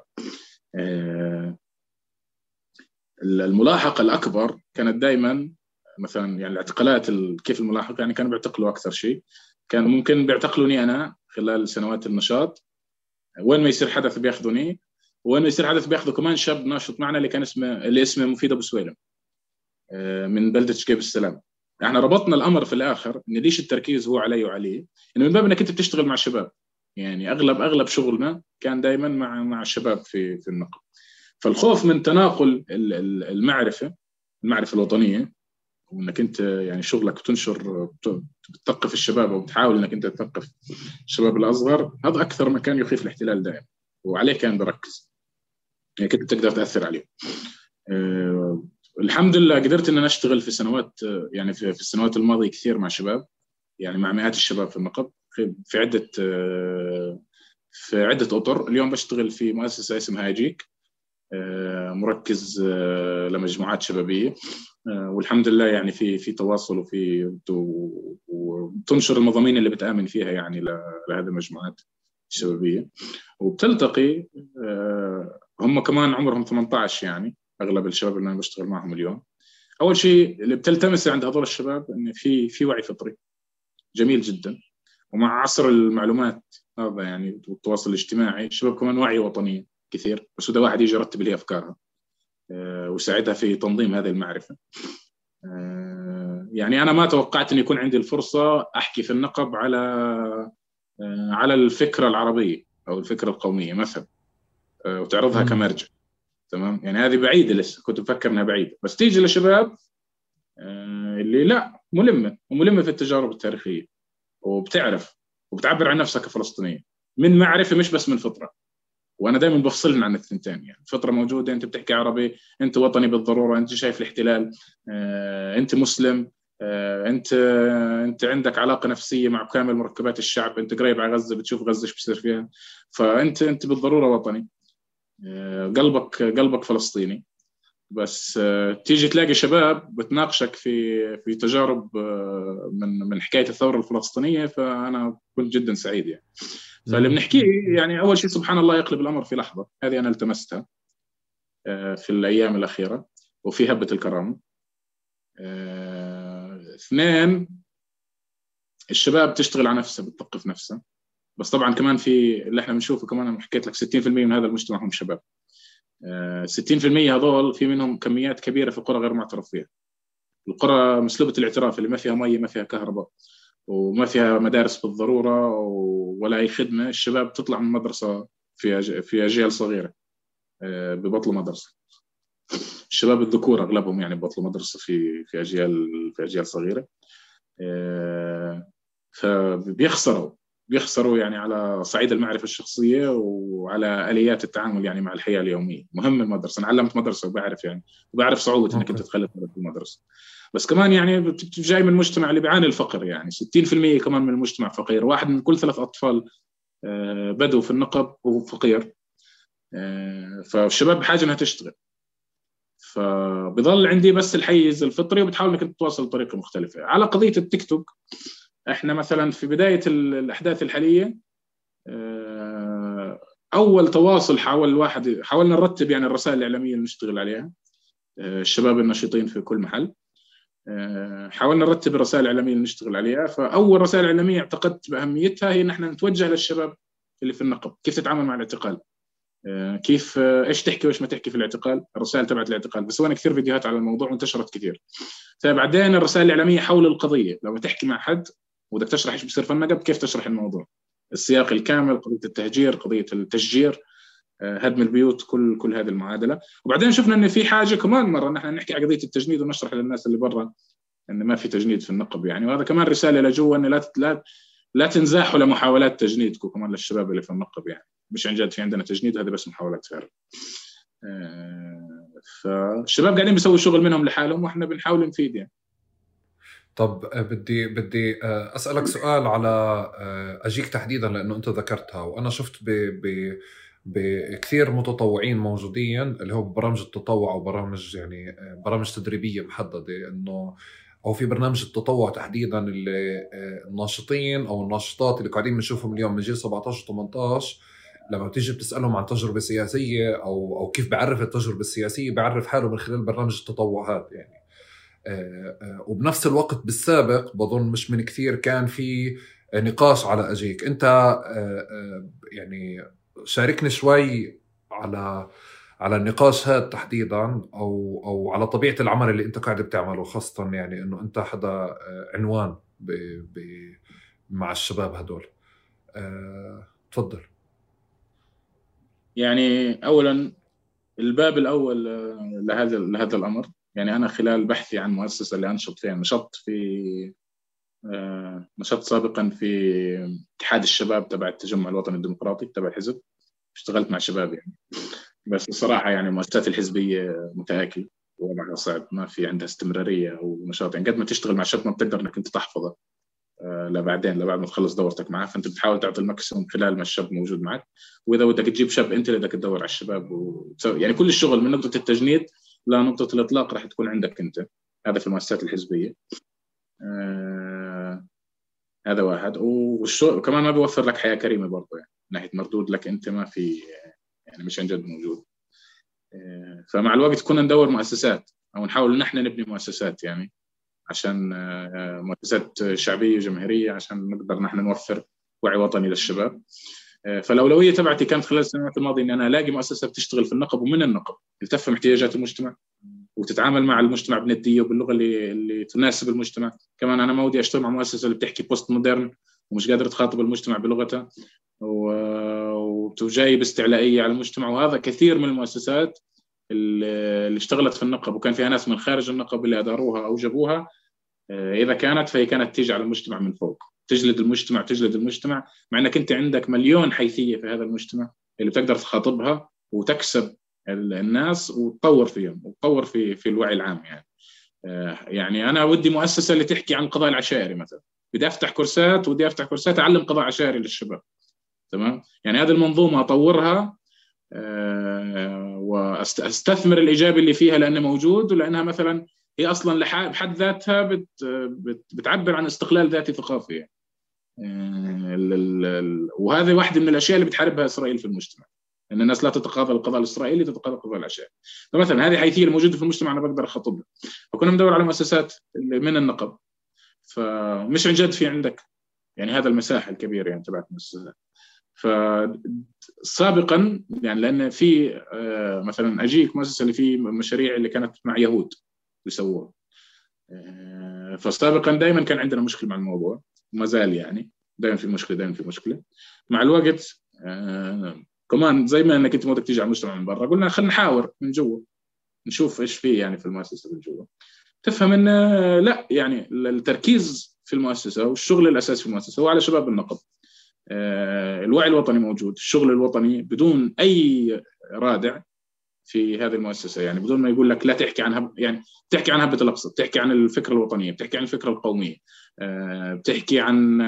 الملاحقة الأكبر كانت دائما مثلا يعني الاعتقالات كيف الملاحقة يعني كانوا بيعتقلوا أكثر شيء، كان ممكن بيعتقلوني أنا خلال سنوات النشاط، وين ما يصير حدث بياخذوني، وين ما يصير حدث بياخذوا كمان شاب ناشط معنا اللي كان اسمه اللي اسمه مفيد أبو سويلم من بلدة شقيب السلام. احنا ربطنا الامر في الاخر ان ليش التركيز هو علي وعليه، انه من باب انك انت بتشتغل مع الشباب يعني، اغلب اغلب شغلنا كان دائما مع مع الشباب في في النقب. فالخوف من تناقل المعرفه المعرفه الوطنيه، وانك انت يعني شغلك تنشر بتثقف الشباب او بتحاول انك انت تثقف الشباب الاصغر، هذا اكثر ما كان يخيف الاحتلال دائما، وعليه كان بركز يعني كنت تقدر تاثر عليه. الحمد لله قدرت ان انا اشتغل في سنوات، يعني في, في السنوات الماضيه كثير مع شباب، يعني مع مئات الشباب في النقب، في, في عده في عده اطر. اليوم بشتغل في مؤسسه اسمها هاجيك، مركز لمجموعات شبابيه، والحمد لله يعني في في تواصل وفي وتنشر المضامين اللي بتآمن فيها يعني لهذه المجموعات الشبابيه، وبتلتقي هم كمان عمرهم ثمانية عشر، يعني اغلب الشباب اللي انا بشتغل معهم اليوم. اول شيء اللي بتلتمس عند هذول الشباب ان في في وعي فطري جميل جدا، ومع عصر المعلومات هذا يعني والتواصل الاجتماعي، الشباب كمان وعي وطني كثير، بس ده واحد يجي يرتب لي افكارها ويساعدها في تنظيم هذه المعرفه. يعني انا ما توقعت ان يكون عندي الفرصه احكي في النقب على على الفكره العربيه او الفكره القوميه مثلا، وتعرضها كمرجع. تمام، يعني هذه بعيده، لسه كنت مفكر انها بعيده، بس تيجي لشباب اللي لا ملمه وملمه في التجارب التاريخيه، وبتعرف وبتعبر عن نفسها كفلسطينيه من معرفه مش بس من فطره. وانا دائما بفصلن عن الثنتين، يعني فطره موجوده، انت بتحكي عربي، انت وطني بالضروره، انت شايف الاحتلال، انت مسلم، انت انت عندك علاقه نفسيه مع كامل مركبات الشعب، انت قريب على غزه، بتشوف غزه ايش بصير فيها، فانت انت بالضروره وطني، قلبك قلبك فلسطيني. بس تيجي تلاقي شباب بتناقشك في في تجارب من من حكايه الثوره الفلسطينيه، فانا كنت جدا سعيد يعني. فاللي بنحكيه يعني اول شيء سبحان الله يقلب الامر في لحظه، هذه انا التمستها في الايام الاخيره، وفي هبه الكرامه. اثنين، الشباب تشتغل على نفسها، بتثقف نفسها، بس طبعا كمان في اللي احنا بنشوفه كمان، انا حكيت لك ستين بالمئة من هذا المجتمع هم شباب. ستين بالمئة هذول في منهم كميات كبيره في قرى غير معترف فيها، القرى مسلوبه الاعتراف اللي ما فيها ميه، ما فيها كهرباء، وما فيها مدارس بالضروره ولا اي خدمه. الشباب تطلع من مدرسه في في اجيال صغيره ببطلوا مدرسه، الشباب الذكور اغلبهم يعني ببطلوا مدرسه في في اجيال في اجيال صغيره. فبيخسروا بيخسروا يعني على صعيد المعرفه الشخصيه وعلى اليات التعامل يعني مع الحياه اليوميه. مهم المدرسه، انا علمت مدرسه وبعرف يعني وبعرف صعوبه انك انت تخلف في المدرسه، بس كمان يعني جاي من مجتمع اللي بيعاني الفقر، يعني ستين بالمئة كمان من المجتمع فقير، واحد من كل ثلاث اطفال بدو في النقب وهو فقير. فالشباب بحاجه انها تشتغل، فبضل عندي بس الحيز الفطري، وبتحاول انك تتواصل بطريقه مختلفه. على قضيه التيك توك، احنا مثلا في بدايه الاحداث الحاليه اول تواصل حاول الواحد حاولنا نرتب يعني الرسائل الاعلاميه اللي نشتغل عليها، الشباب النشيطين في كل محل حاولنا نرتب الرسائل الاعلاميه اللي نشتغل عليها. فاول رسائل اعلاميه اعتقدت باهميتها هي ان احنا نتوجه للشباب اللي في النقب، كيف تتعامل مع الاعتقال، كيف ايش تحكي وايش ما تحكي في الاعتقال، الرسائل تبعت الاعتقال. بس سوينا كثير فيديوهات على الموضوع وانتشرت كثير. فبعدين الرسائل الاعلاميه حول القضيه، لما تحكي مع حد وبدك تشرح ايش بصير في النقب، كيف تشرح الموضوع، السياق الكامل، قضيه التهجير، قضيه التشجير، هدم البيوت، كل كل هذه المعادله. وبعدين شفنا ان في حاجه كمان مره، ان احنا نحكي على قضيه التجنيد ونشرح للناس اللي برا ان ما في تجنيد في النقب يعني، وهذا كمان رساله لجوا ان لا لا لا تنزاحوا لمحاولات تجنيدكم كمان للشباب اللي في النقب، يعني مش عن جد في عندنا تجنيد، هذا بس محاولات فارغه. فالشباب قاعدين بيسووا شغل منهم لحالهم، واحنا بنحاول نفيد يعني. طب بدي بدي اسالك سؤال على اجيك تحديدا، لانه انت ذكرتها وانا شفت ب ب بكثير متطوعين موجودين اللي هو برامج التطوع او برامج يعني برامج تدريبيه محدده، انه او في برنامج التطوع تحديدا اللي الناشطين او الناشطات اللي قاعدين بنشوفهم اليوم من جيل سبعطعش وثمانطعش، لما بتيجي بتسالهم عن تجربه سياسيه او او كيف بعرف التجربه السياسيه، بعرف حاله من خلال برنامج التطوعات يعني. وبنفس الوقت بالسابق بظن مش من كثير كان في نقاش على أجيك. أنت يعني شاركني شوي على على النقاش هذا تحديدا، أو أو على طبيعة العمل اللي أنت قاعد بتعمله، خاصة يعني إنه أنت حدا عنوان ب ب مع الشباب هدول. تفضل. يعني أولا الباب الأول لهذا لهذا الأمر، يعني أنا خلال بحثي عن مؤسسة اللي أنشط فيها، نشطت في نشطت سابقا في اتحاد الشباب تبع التجمع الوطني الديمقراطي تبع الحزب، اشتغلت مع شباب يعني، بس الصراحة يعني المؤسسات الحزبية متآكلة وضعها صعب، ما في عندها استمراريه او نشاط. يعني قد ما تشتغل مع شاب ما بتقدر انك انت تحفظه آه لبعدين، لبعد ما تخلص دورتك معه، فانت بتحاول تعطي الماكسيموم خلال ما الشاب موجود معك. واذا بدك تجيب شاب انت اللي بدك تدور على الشباب وتسوي يعني كل الشغل من نقطه التجنيد لنقطه الاطلاق راح تكون عندك انت. هذا في المؤسسات الحزبيه. آه هذا واحد. والشغل وكمان ما بيوفر لك حياه كريمه برضه، يعني من ناحيه مردود لك انت ما في، يعني مش عن جد موجود. آه فمع الوقت كنا ندور مؤسسات او نحاول نحن نبني مؤسسات، يعني عشان آه مؤسسات شعبيه وجماهيريه عشان نقدر نحن نوفر وعي وطني للشباب. آه فالاولويه تبعتي كانت خلال السنوات الماضيه ان انا الاقي مؤسسه بتشتغل في النقب ومن النقب تفهم احتياجات المجتمع وتتعامل مع المجتمع بنديه وباللغه اللي اللي تناسب المجتمع. كمان انا ما ودي اشتغل مع مؤسسه اللي بتحكي بوست مودرن ومش قادره تخاطب المجتمع بلغته وتجاي باستعلائيه على المجتمع. وهذا كثير من المؤسسات اللي اشتغلت في النقب وكان فيها ناس من خارج النقب اللي اداروها او جابوها، اذا كانت فهي كانت تيجي على المجتمع من فوق، تجلد المجتمع تجلد المجتمع مع انك انت عندك مليون حيثيه في هذا المجتمع اللي بتقدر تخاطبها وتكسب الناس وتطور فيهم وتطور في في الوعي العام. يعني يعني انا ودي مؤسسه اللي تحكي عن القضاء العشائري مثلا، بدي افتح كورسات ودي افتح كورسات اعلم قضاء عشائري للشباب. تمام، يعني هذه المنظومه اطورها واستثمر الايجابي اللي فيها لانه موجود، ولانها مثلا هي اصلا بحد ذاتها بت بتعبر عن استقلال ذاتي ثقافي. يعني وهذه واحده من الاشياء اللي بتحاربها اسرائيل في المجتمع، ان الناس لا تتقاضى القضاء الاسرائيلي، تتقاضى القضاء العشائري. فمثلا هذه حيثيه الموجوده في المجتمع انا بقدر اخاطبها. فكنا ندور على مؤسسات من النقب، فمش عن جد في عندك يعني هذا المساحه الكبيره يعني تبعت المؤسسات. فسابقا يعني لان في مثلا اجيك مؤسسه اللي في مشاريع اللي كانت مع يهود بيسووها، فسابقا دائما كان عندنا مشكله مع الموضوع وما زال يعني دائما في مشكله دائما في مشكله. مع الوقت كمان زي ما انك انت بدك تيجي على المجتمع من برا، قلنا خلينا نحاور من جوا نشوف ايش فيه يعني في المؤسسه من جوا، تفهم ان لا يعني التركيز في المؤسسه والشغل الاساسي في المؤسسه هو على شباب النقب. الوعي الوطني موجود، الشغل الوطني بدون اي رادع في هذه المؤسسه، يعني بدون ما يقول لك لا تحكي عنها، يعني بتحكي عن هبه الاقصى، بتحكي عن الفكره الوطنيه، بتحكي عن الفكره القوميه، بتحكي عن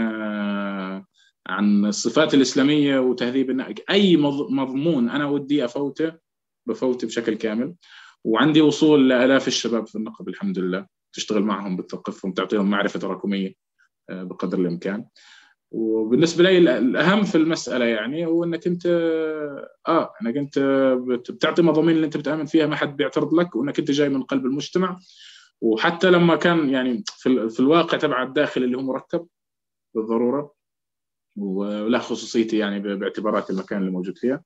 عن الصفات الاسلاميه وتهذيب الناس. اي مضمون انا ودي افوته بفوته بشكل كامل. وعندي وصول لالاف الشباب في النقب الحمد لله، تشتغل معهم بتثقفهم تعطيهم معرفه تراكميه بقدر الامكان. وبالنسبه لي الاهم في المساله يعني هو انك انت اه انك انت بتعطي مضامين اللي انت بتامن فيها ما حد بيعترض لك، وانك انت جاي من قلب المجتمع. وحتى لما كان يعني في, في الواقع تبع الداخل اللي هو مرتب بالضروره وله خصوصيتي يعني باعتبارات المكان اللي موجود فيها.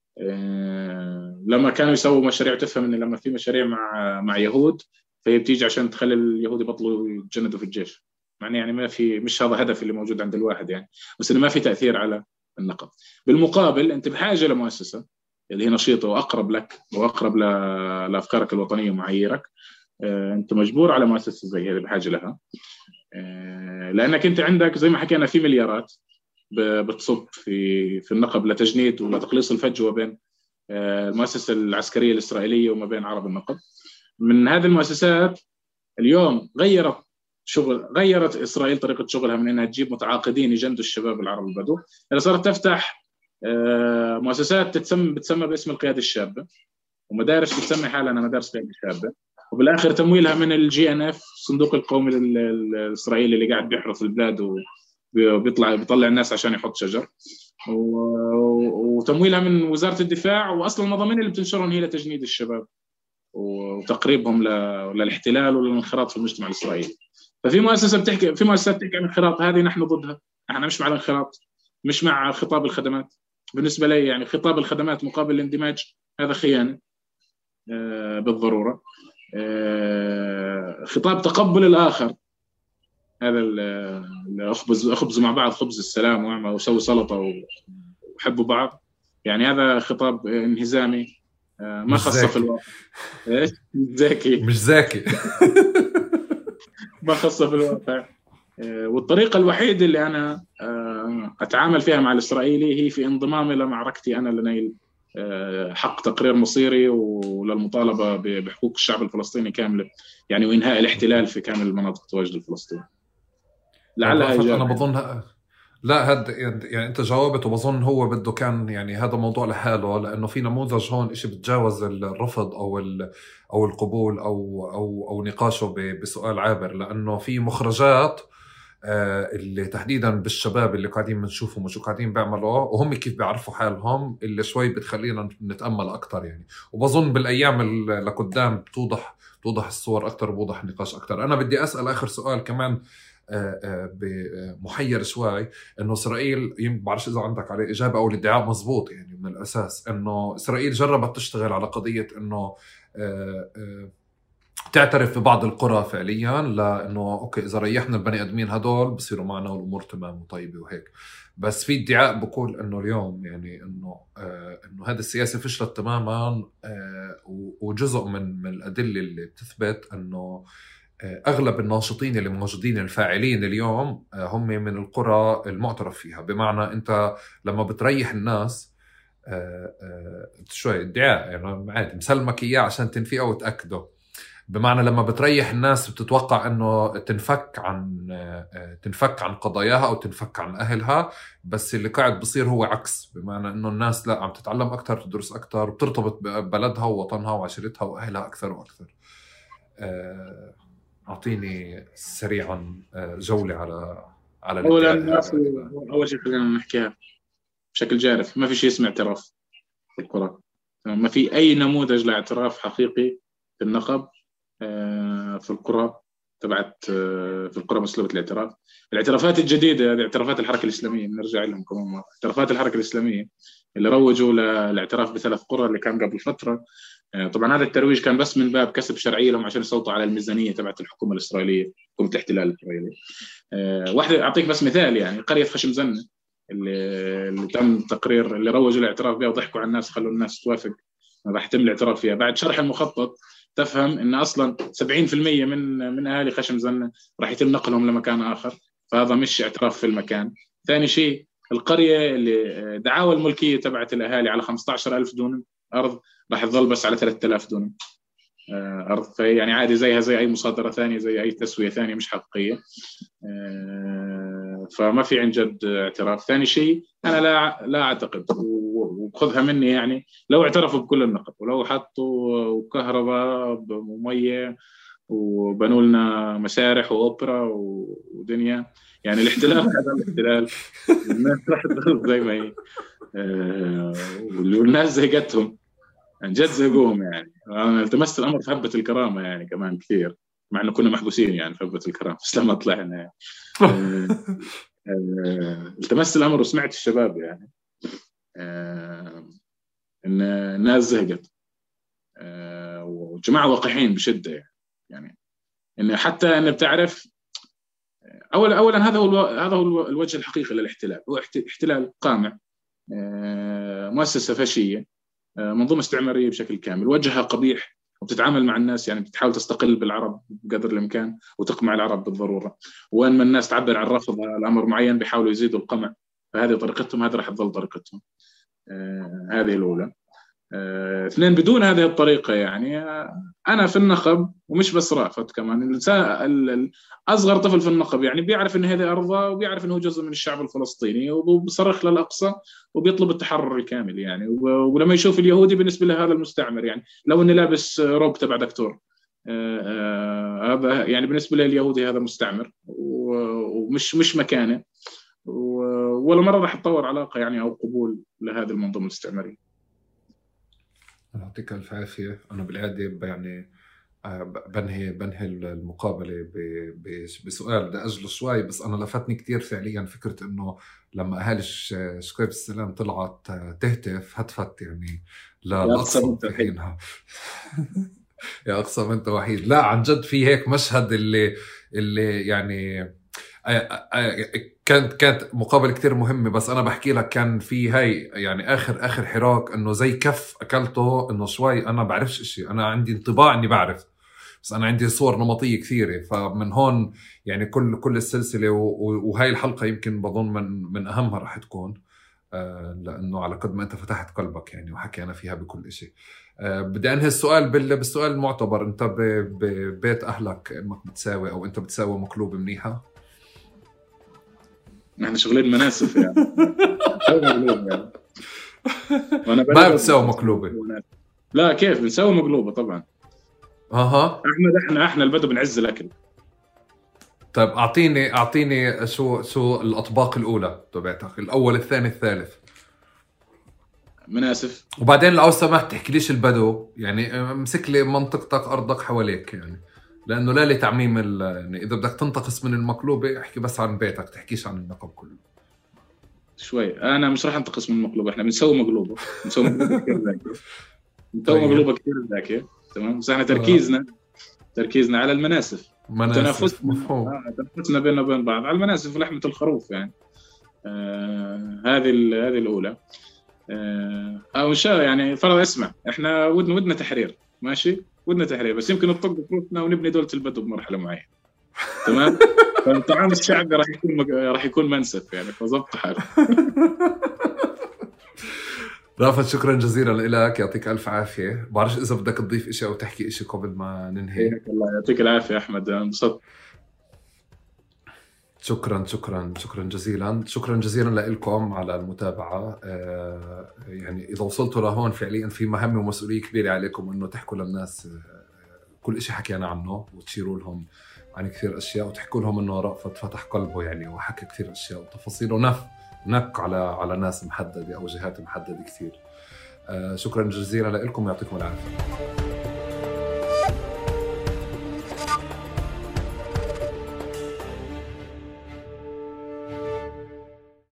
آه لما كانوا يسووا مشاريع، تفهم ان لما في مشاريع مع مع يهود فهي بتيجي عشان تخلي اليهود يبطلوا يتجندوا في الجيش، معني يعني ما في، مش هذا هدف اللي موجود عند الواحد يعني، بس انه ما في تاثير على النقب. بالمقابل انت بحاجه لمؤسسه اللي هي نشيطه واقرب لك واقرب لافكارك الوطنيه ومعاييرك. آه انت مجبور على مؤسسه زي هذه، بحاجه لها. آه لانك انت عندك زي ما حكينا في مليارات بتصب في في النقب لتجنيد ولتقليص الفجوه بين آه المؤسسه العسكريه الاسرائيليه وما بين عرب النقب. من هذه المؤسسات اليوم غيرت شغل، غيرت إسرائيل طريقة شغلها من أنها تجيب متعاقدين يجندوا الشباب العرب البدو، إلى صارت تفتح مؤسسات تتسمى بتسمى باسم القيادة الشابة، ومدارس بتسمي حالها مدارس قيادة شابة، وبالآخر تمويلها من الجي ان اف الصندوق القومي الإسرائيلي اللي قاعد بيحرث البلاد وبيطلع بيطلع الناس عشان يحط شجر، وتمويلها من وزارة الدفاع. وأصلا المضامين اللي بتنشرهم هي لتجنيد الشباب وتقريبهم للاحتلال وللانخراط في المجتمع الإسرائيلي. ففي مؤسسه بتحكي، في مؤسسات بتحكي عن الانخراط، هذه نحن ضدها، احنا مش مع الانخراط، مش مع خطاب الخدمات. بالنسبه لي يعني خطاب الخدمات مقابل الاندماج هذا خيانه آه بالضروره. آه خطاب تقبل الاخر، هذا اخبز اخبزوا مع بعض خبز السلام واعملوا وسووا سلطه وحبوا بعض، يعني هذا خطاب انهزامي آه ما خصه في الواقع. ايش ذكي مش ذكي ما خصه في الواقع. والطريقة الوحيدة اللي أنا أتعامل فيها مع الإسرائيلي هي في انضمامي لمعركتي أنا لنيل حق تقرير مصيري وللمطالبة بحقوق الشعب الفلسطيني كاملة يعني، وإنهاء الاحتلال في كامل المناطق التواجد الفلسطيني. لعلها إجابة. أنا بظن لا هاد يعني أنت جاوبت، وبظن هو بده كان يعني هذا موضوع لحاله، لأنه في نموذج هون إشي بتجاوز الرفض أو أو القبول أو أو أو نقاشه بسؤال عابر، لأنه في مخرجات اللي تحديدا بالشباب اللي قاعدين بنشوفهم وشو قاعدين بيعملوا وهم كيف بيعرفوا حالهم، اللي شوي بتخلينا نتأمل أكتر يعني. وبظن بالأيام اللي لقدام بتوضح توضح الصور أكتر وبوضح النقاش أكتر. أنا بدي أسأل آخر سؤال كمان محير شوي، إنه إسرائيل يمكن بعرفش إذا عندك عليه إجابة أو الادعاء مزبوط يعني من الأساس، إنه إسرائيل جربت تشتغل على قضية إنه تعترف ببعض القرى فعليا، لانه اوكي اذا ريحنا البني ادمين هدول بصيروا معنا والامور تمام وطيبه وهيك. بس في ادعاء بقول انه اليوم يعني انه آه انه هذه السياسه فشلت تماما، آه وجزء من من الادله اللي بتثبت انه آه اغلب الناشطين اللي موجودين الفاعلين اليوم آه هم من القرى المعترف فيها. بمعنى انت لما بتريح الناس آه آه شوي ادعاء يعني عادي مسلمك اياه عشان تنفيه وتاكده. بمعنى لما بتريح الناس بتتوقع انه تنفك عن تنفك عن قضاياها او تنفك عن اهلها، بس اللي قاعد بصير هو عكس. بمعنى انه الناس لا عم تتعلم اكثر، تدرس اكثر، بترتبط ببلدها ووطنها وعشيرتها واهلها اكثر واكثر. اعطيني سريعا جولة على على اولا اول شيء خلينا نحكيها بشكل جارف، ما في شيء اسمه اعتراف في القرى، ما في اي نموذج لاعتراف حقيقي في النقب في القرى تبعت في القرى مسلوبة الاعتراف. الاعترافات الجديدة هذه اعترافات الحركة الإسلامية، نرجع لهم كمان. اعترافات الحركة الإسلامية اللي روجوا للاعتراف بثلاث قرى اللي كان قبل فترة، طبعا هذا الترويج كان بس من باب كسب شرعية لهم عشان يسيطروا على الميزانية تبعت الحكومة الإسرائيلية، حكومة الاحتلال الإسرائيلي. واحدة أعطيك بس مثال، يعني قرية خشم زنة اللي, اللي تم تقرير اللي روجوا الاعتراف بها وضحكوا على الناس خلوا الناس توافق راح يتم الاعتراف فيها. بعد شرح المخطط تفهم ان اصلا سبعين بالمئة من من اهالي خشم زنة راح يتم نقلهم لمكان اخر، فهذا مش اعتراف في المكان. ثاني شيء القريه اللي دعاوى الملكيه تبعت الاهالي على خمسة عشر ألف دونم ارض راح تظل بس على ثلاثة آلاف دونم ارض، فيعني عادي زيها زي اي مصادره ثانيه، زي اي تسويه ثانيه مش حقيقيه. فما في عن جد اعتراف. ثاني شيء انا لا لا اعتقد، وخذها مني يعني، لو اعترفوا بكل النقط ولو حطوا كهرباء وميه وبنوا لنا مسارح واوبرا ودنيا، يعني الاحتلال هذا الاحتلال الناس راح تضل زي ما هي، والناس زهقتهم عن جد زهقوهم. يعني انا التمست الامر في هبه الكرامه يعني كمان كثير، مع انه كنا محبوسين يعني في هبه الكرامه بس لما طلعنا يعني التمست الامر وسمعت الشباب يعني ان الناس زهقت، والجماعه وقحين بشده يعني. يعني ان حتى ان بتعرف اولا اولا هذا هو هذا هو الوجه الحقيقي للاحتلال، هو احتلال قامع، مؤسسه فاشيه، منظومه استعماريه بشكل كامل، وجهها قبيح وبتتعامل مع الناس يعني بتحاول تستقل بالعرب بقدر الامكان وتقمع العرب بالضروره، وين ما الناس تعبر عن رفض الامر معين بيحاولوا يزيدوا القمع، فهذه طريقتهم، هذه راح تظل طريقتهم. آه هذه الاولى. آه اثنين، بدون هذه الطريقه يعني آه انا في النقب ومش بس رافض كمان، اصغر طفل في النقب يعني بيعرف ان هذه ارضه وبيعرف انه جزء من الشعب الفلسطيني وبصرخ للاقصى وبيطلب التحرر الكامل يعني. ولما يشوف اليهودي بالنسبه له هذا المستعمر، يعني لو اني لابس روب تبع دكتور هذا يعني بالنسبه له اليهودي هذا مستعمر ومش مش مكانه، ولا مره راح تطور علاقه يعني او قبول لهذه المنظومه الاستعماريه. يعطيك الف عافيه. انا بالعاده يعني بنهي بنهي المقابله بسؤال بدي اجله شوي، بس انا لفتني كثير فعليا فكره انه لما اهالي شقيب السلام طلعت تهتف هتفت يعني للاقصى في حينها يا اقصى ما انت وحيد. لا عن جد في هيك مشهد اللي اللي يعني كانت كانت مقابله كتير مهمه. بس انا بحكي لك كان في هاي يعني اخر اخر حراك انه زي كف اكلته انه شوي انا بعرفش اشي، انا عندي انطباع اني بعرف بس انا عندي صور نمطيه كثيره. فمن هون يعني كل كل السلسله وهاي الحلقه يمكن بظن من من اهمها راح تكون لأنه على قد ما أنت فتحت قلبك يعني وحكينا فيها بكل إشي. بدي أنهي السؤال بالسؤال المعتبر، أنت ببيت أهلك أمك بتساوي أو أنت بتساوي مقلوب منيحة؟ نحن شغلين مناسف يعني. يعني. ما بتساوي مقلوبة؟ لا كيف بنسوي مقلوبة طبعا. اها احمد احنا احنا البدو بنعز الاكل. طيب اعطيني اعطيني شو شو الاطباق الاولى تبعتك، الاول الثاني الثالث. مناسف. وبعدين لو سمحت تحكي ليش البدو، يعني امسك لي منطقتك ارضك حواليك يعني، لانه لا لتعميم يعني اذا بدك تنتقص من المقلوبه احكي بس عن بيتك، تحكيش عن النقب كله. شوي انا مش راح انتقص من المقلوبه، احنا بنسوي مقلوبه بنسوي مقلوبه كثير ذكيه بنسوي مقلوبه كثير ذكيه تمام، بس احنا تركيزنا آه. تركيزنا على المناسف، مناسف مفهوم. آه تنافسنا بيننا وبين بعض على المناسف ولحمه الخروف يعني. آه هذه هذه الاولى. آه او شيء يعني فرض اسمع، احنا ودنا ودنا تحرير ماشي، ودنا تحرير بس يمكن نطق فلوسنا ونبني دوله البدو بمرحله معينه تمام. فالطعام الشعبي راح يكون مج... راح يكون منسف يعني، فظبط حالك. رافت شكرا جزيلا لك، يعطيك الف عافيه. بعرفش اذا بدك تضيف شيء او تحكي شيء قبل ما ننهي. الله يعطيك العافيه احمد، انبسطت. شكرا شكرا شكرا جزيلا شكرا جزيلا لكم على المتابعه. آه يعني اذا وصلتوا لهون فعليا في مهمه ومسؤوليه كبيره عليكم انه تحكوا للناس كل شيء حكينا عنه وتشيروا لهم عن كثير اشياء وتحكوا لهم انه رأفت فتح قلبه يعني وحكى كثير اشياء وتفاصيل ونف نك على على ناس محدده او جهات محدده كثير. آه شكرا جزيلا لكم ويعطيكم العافيه.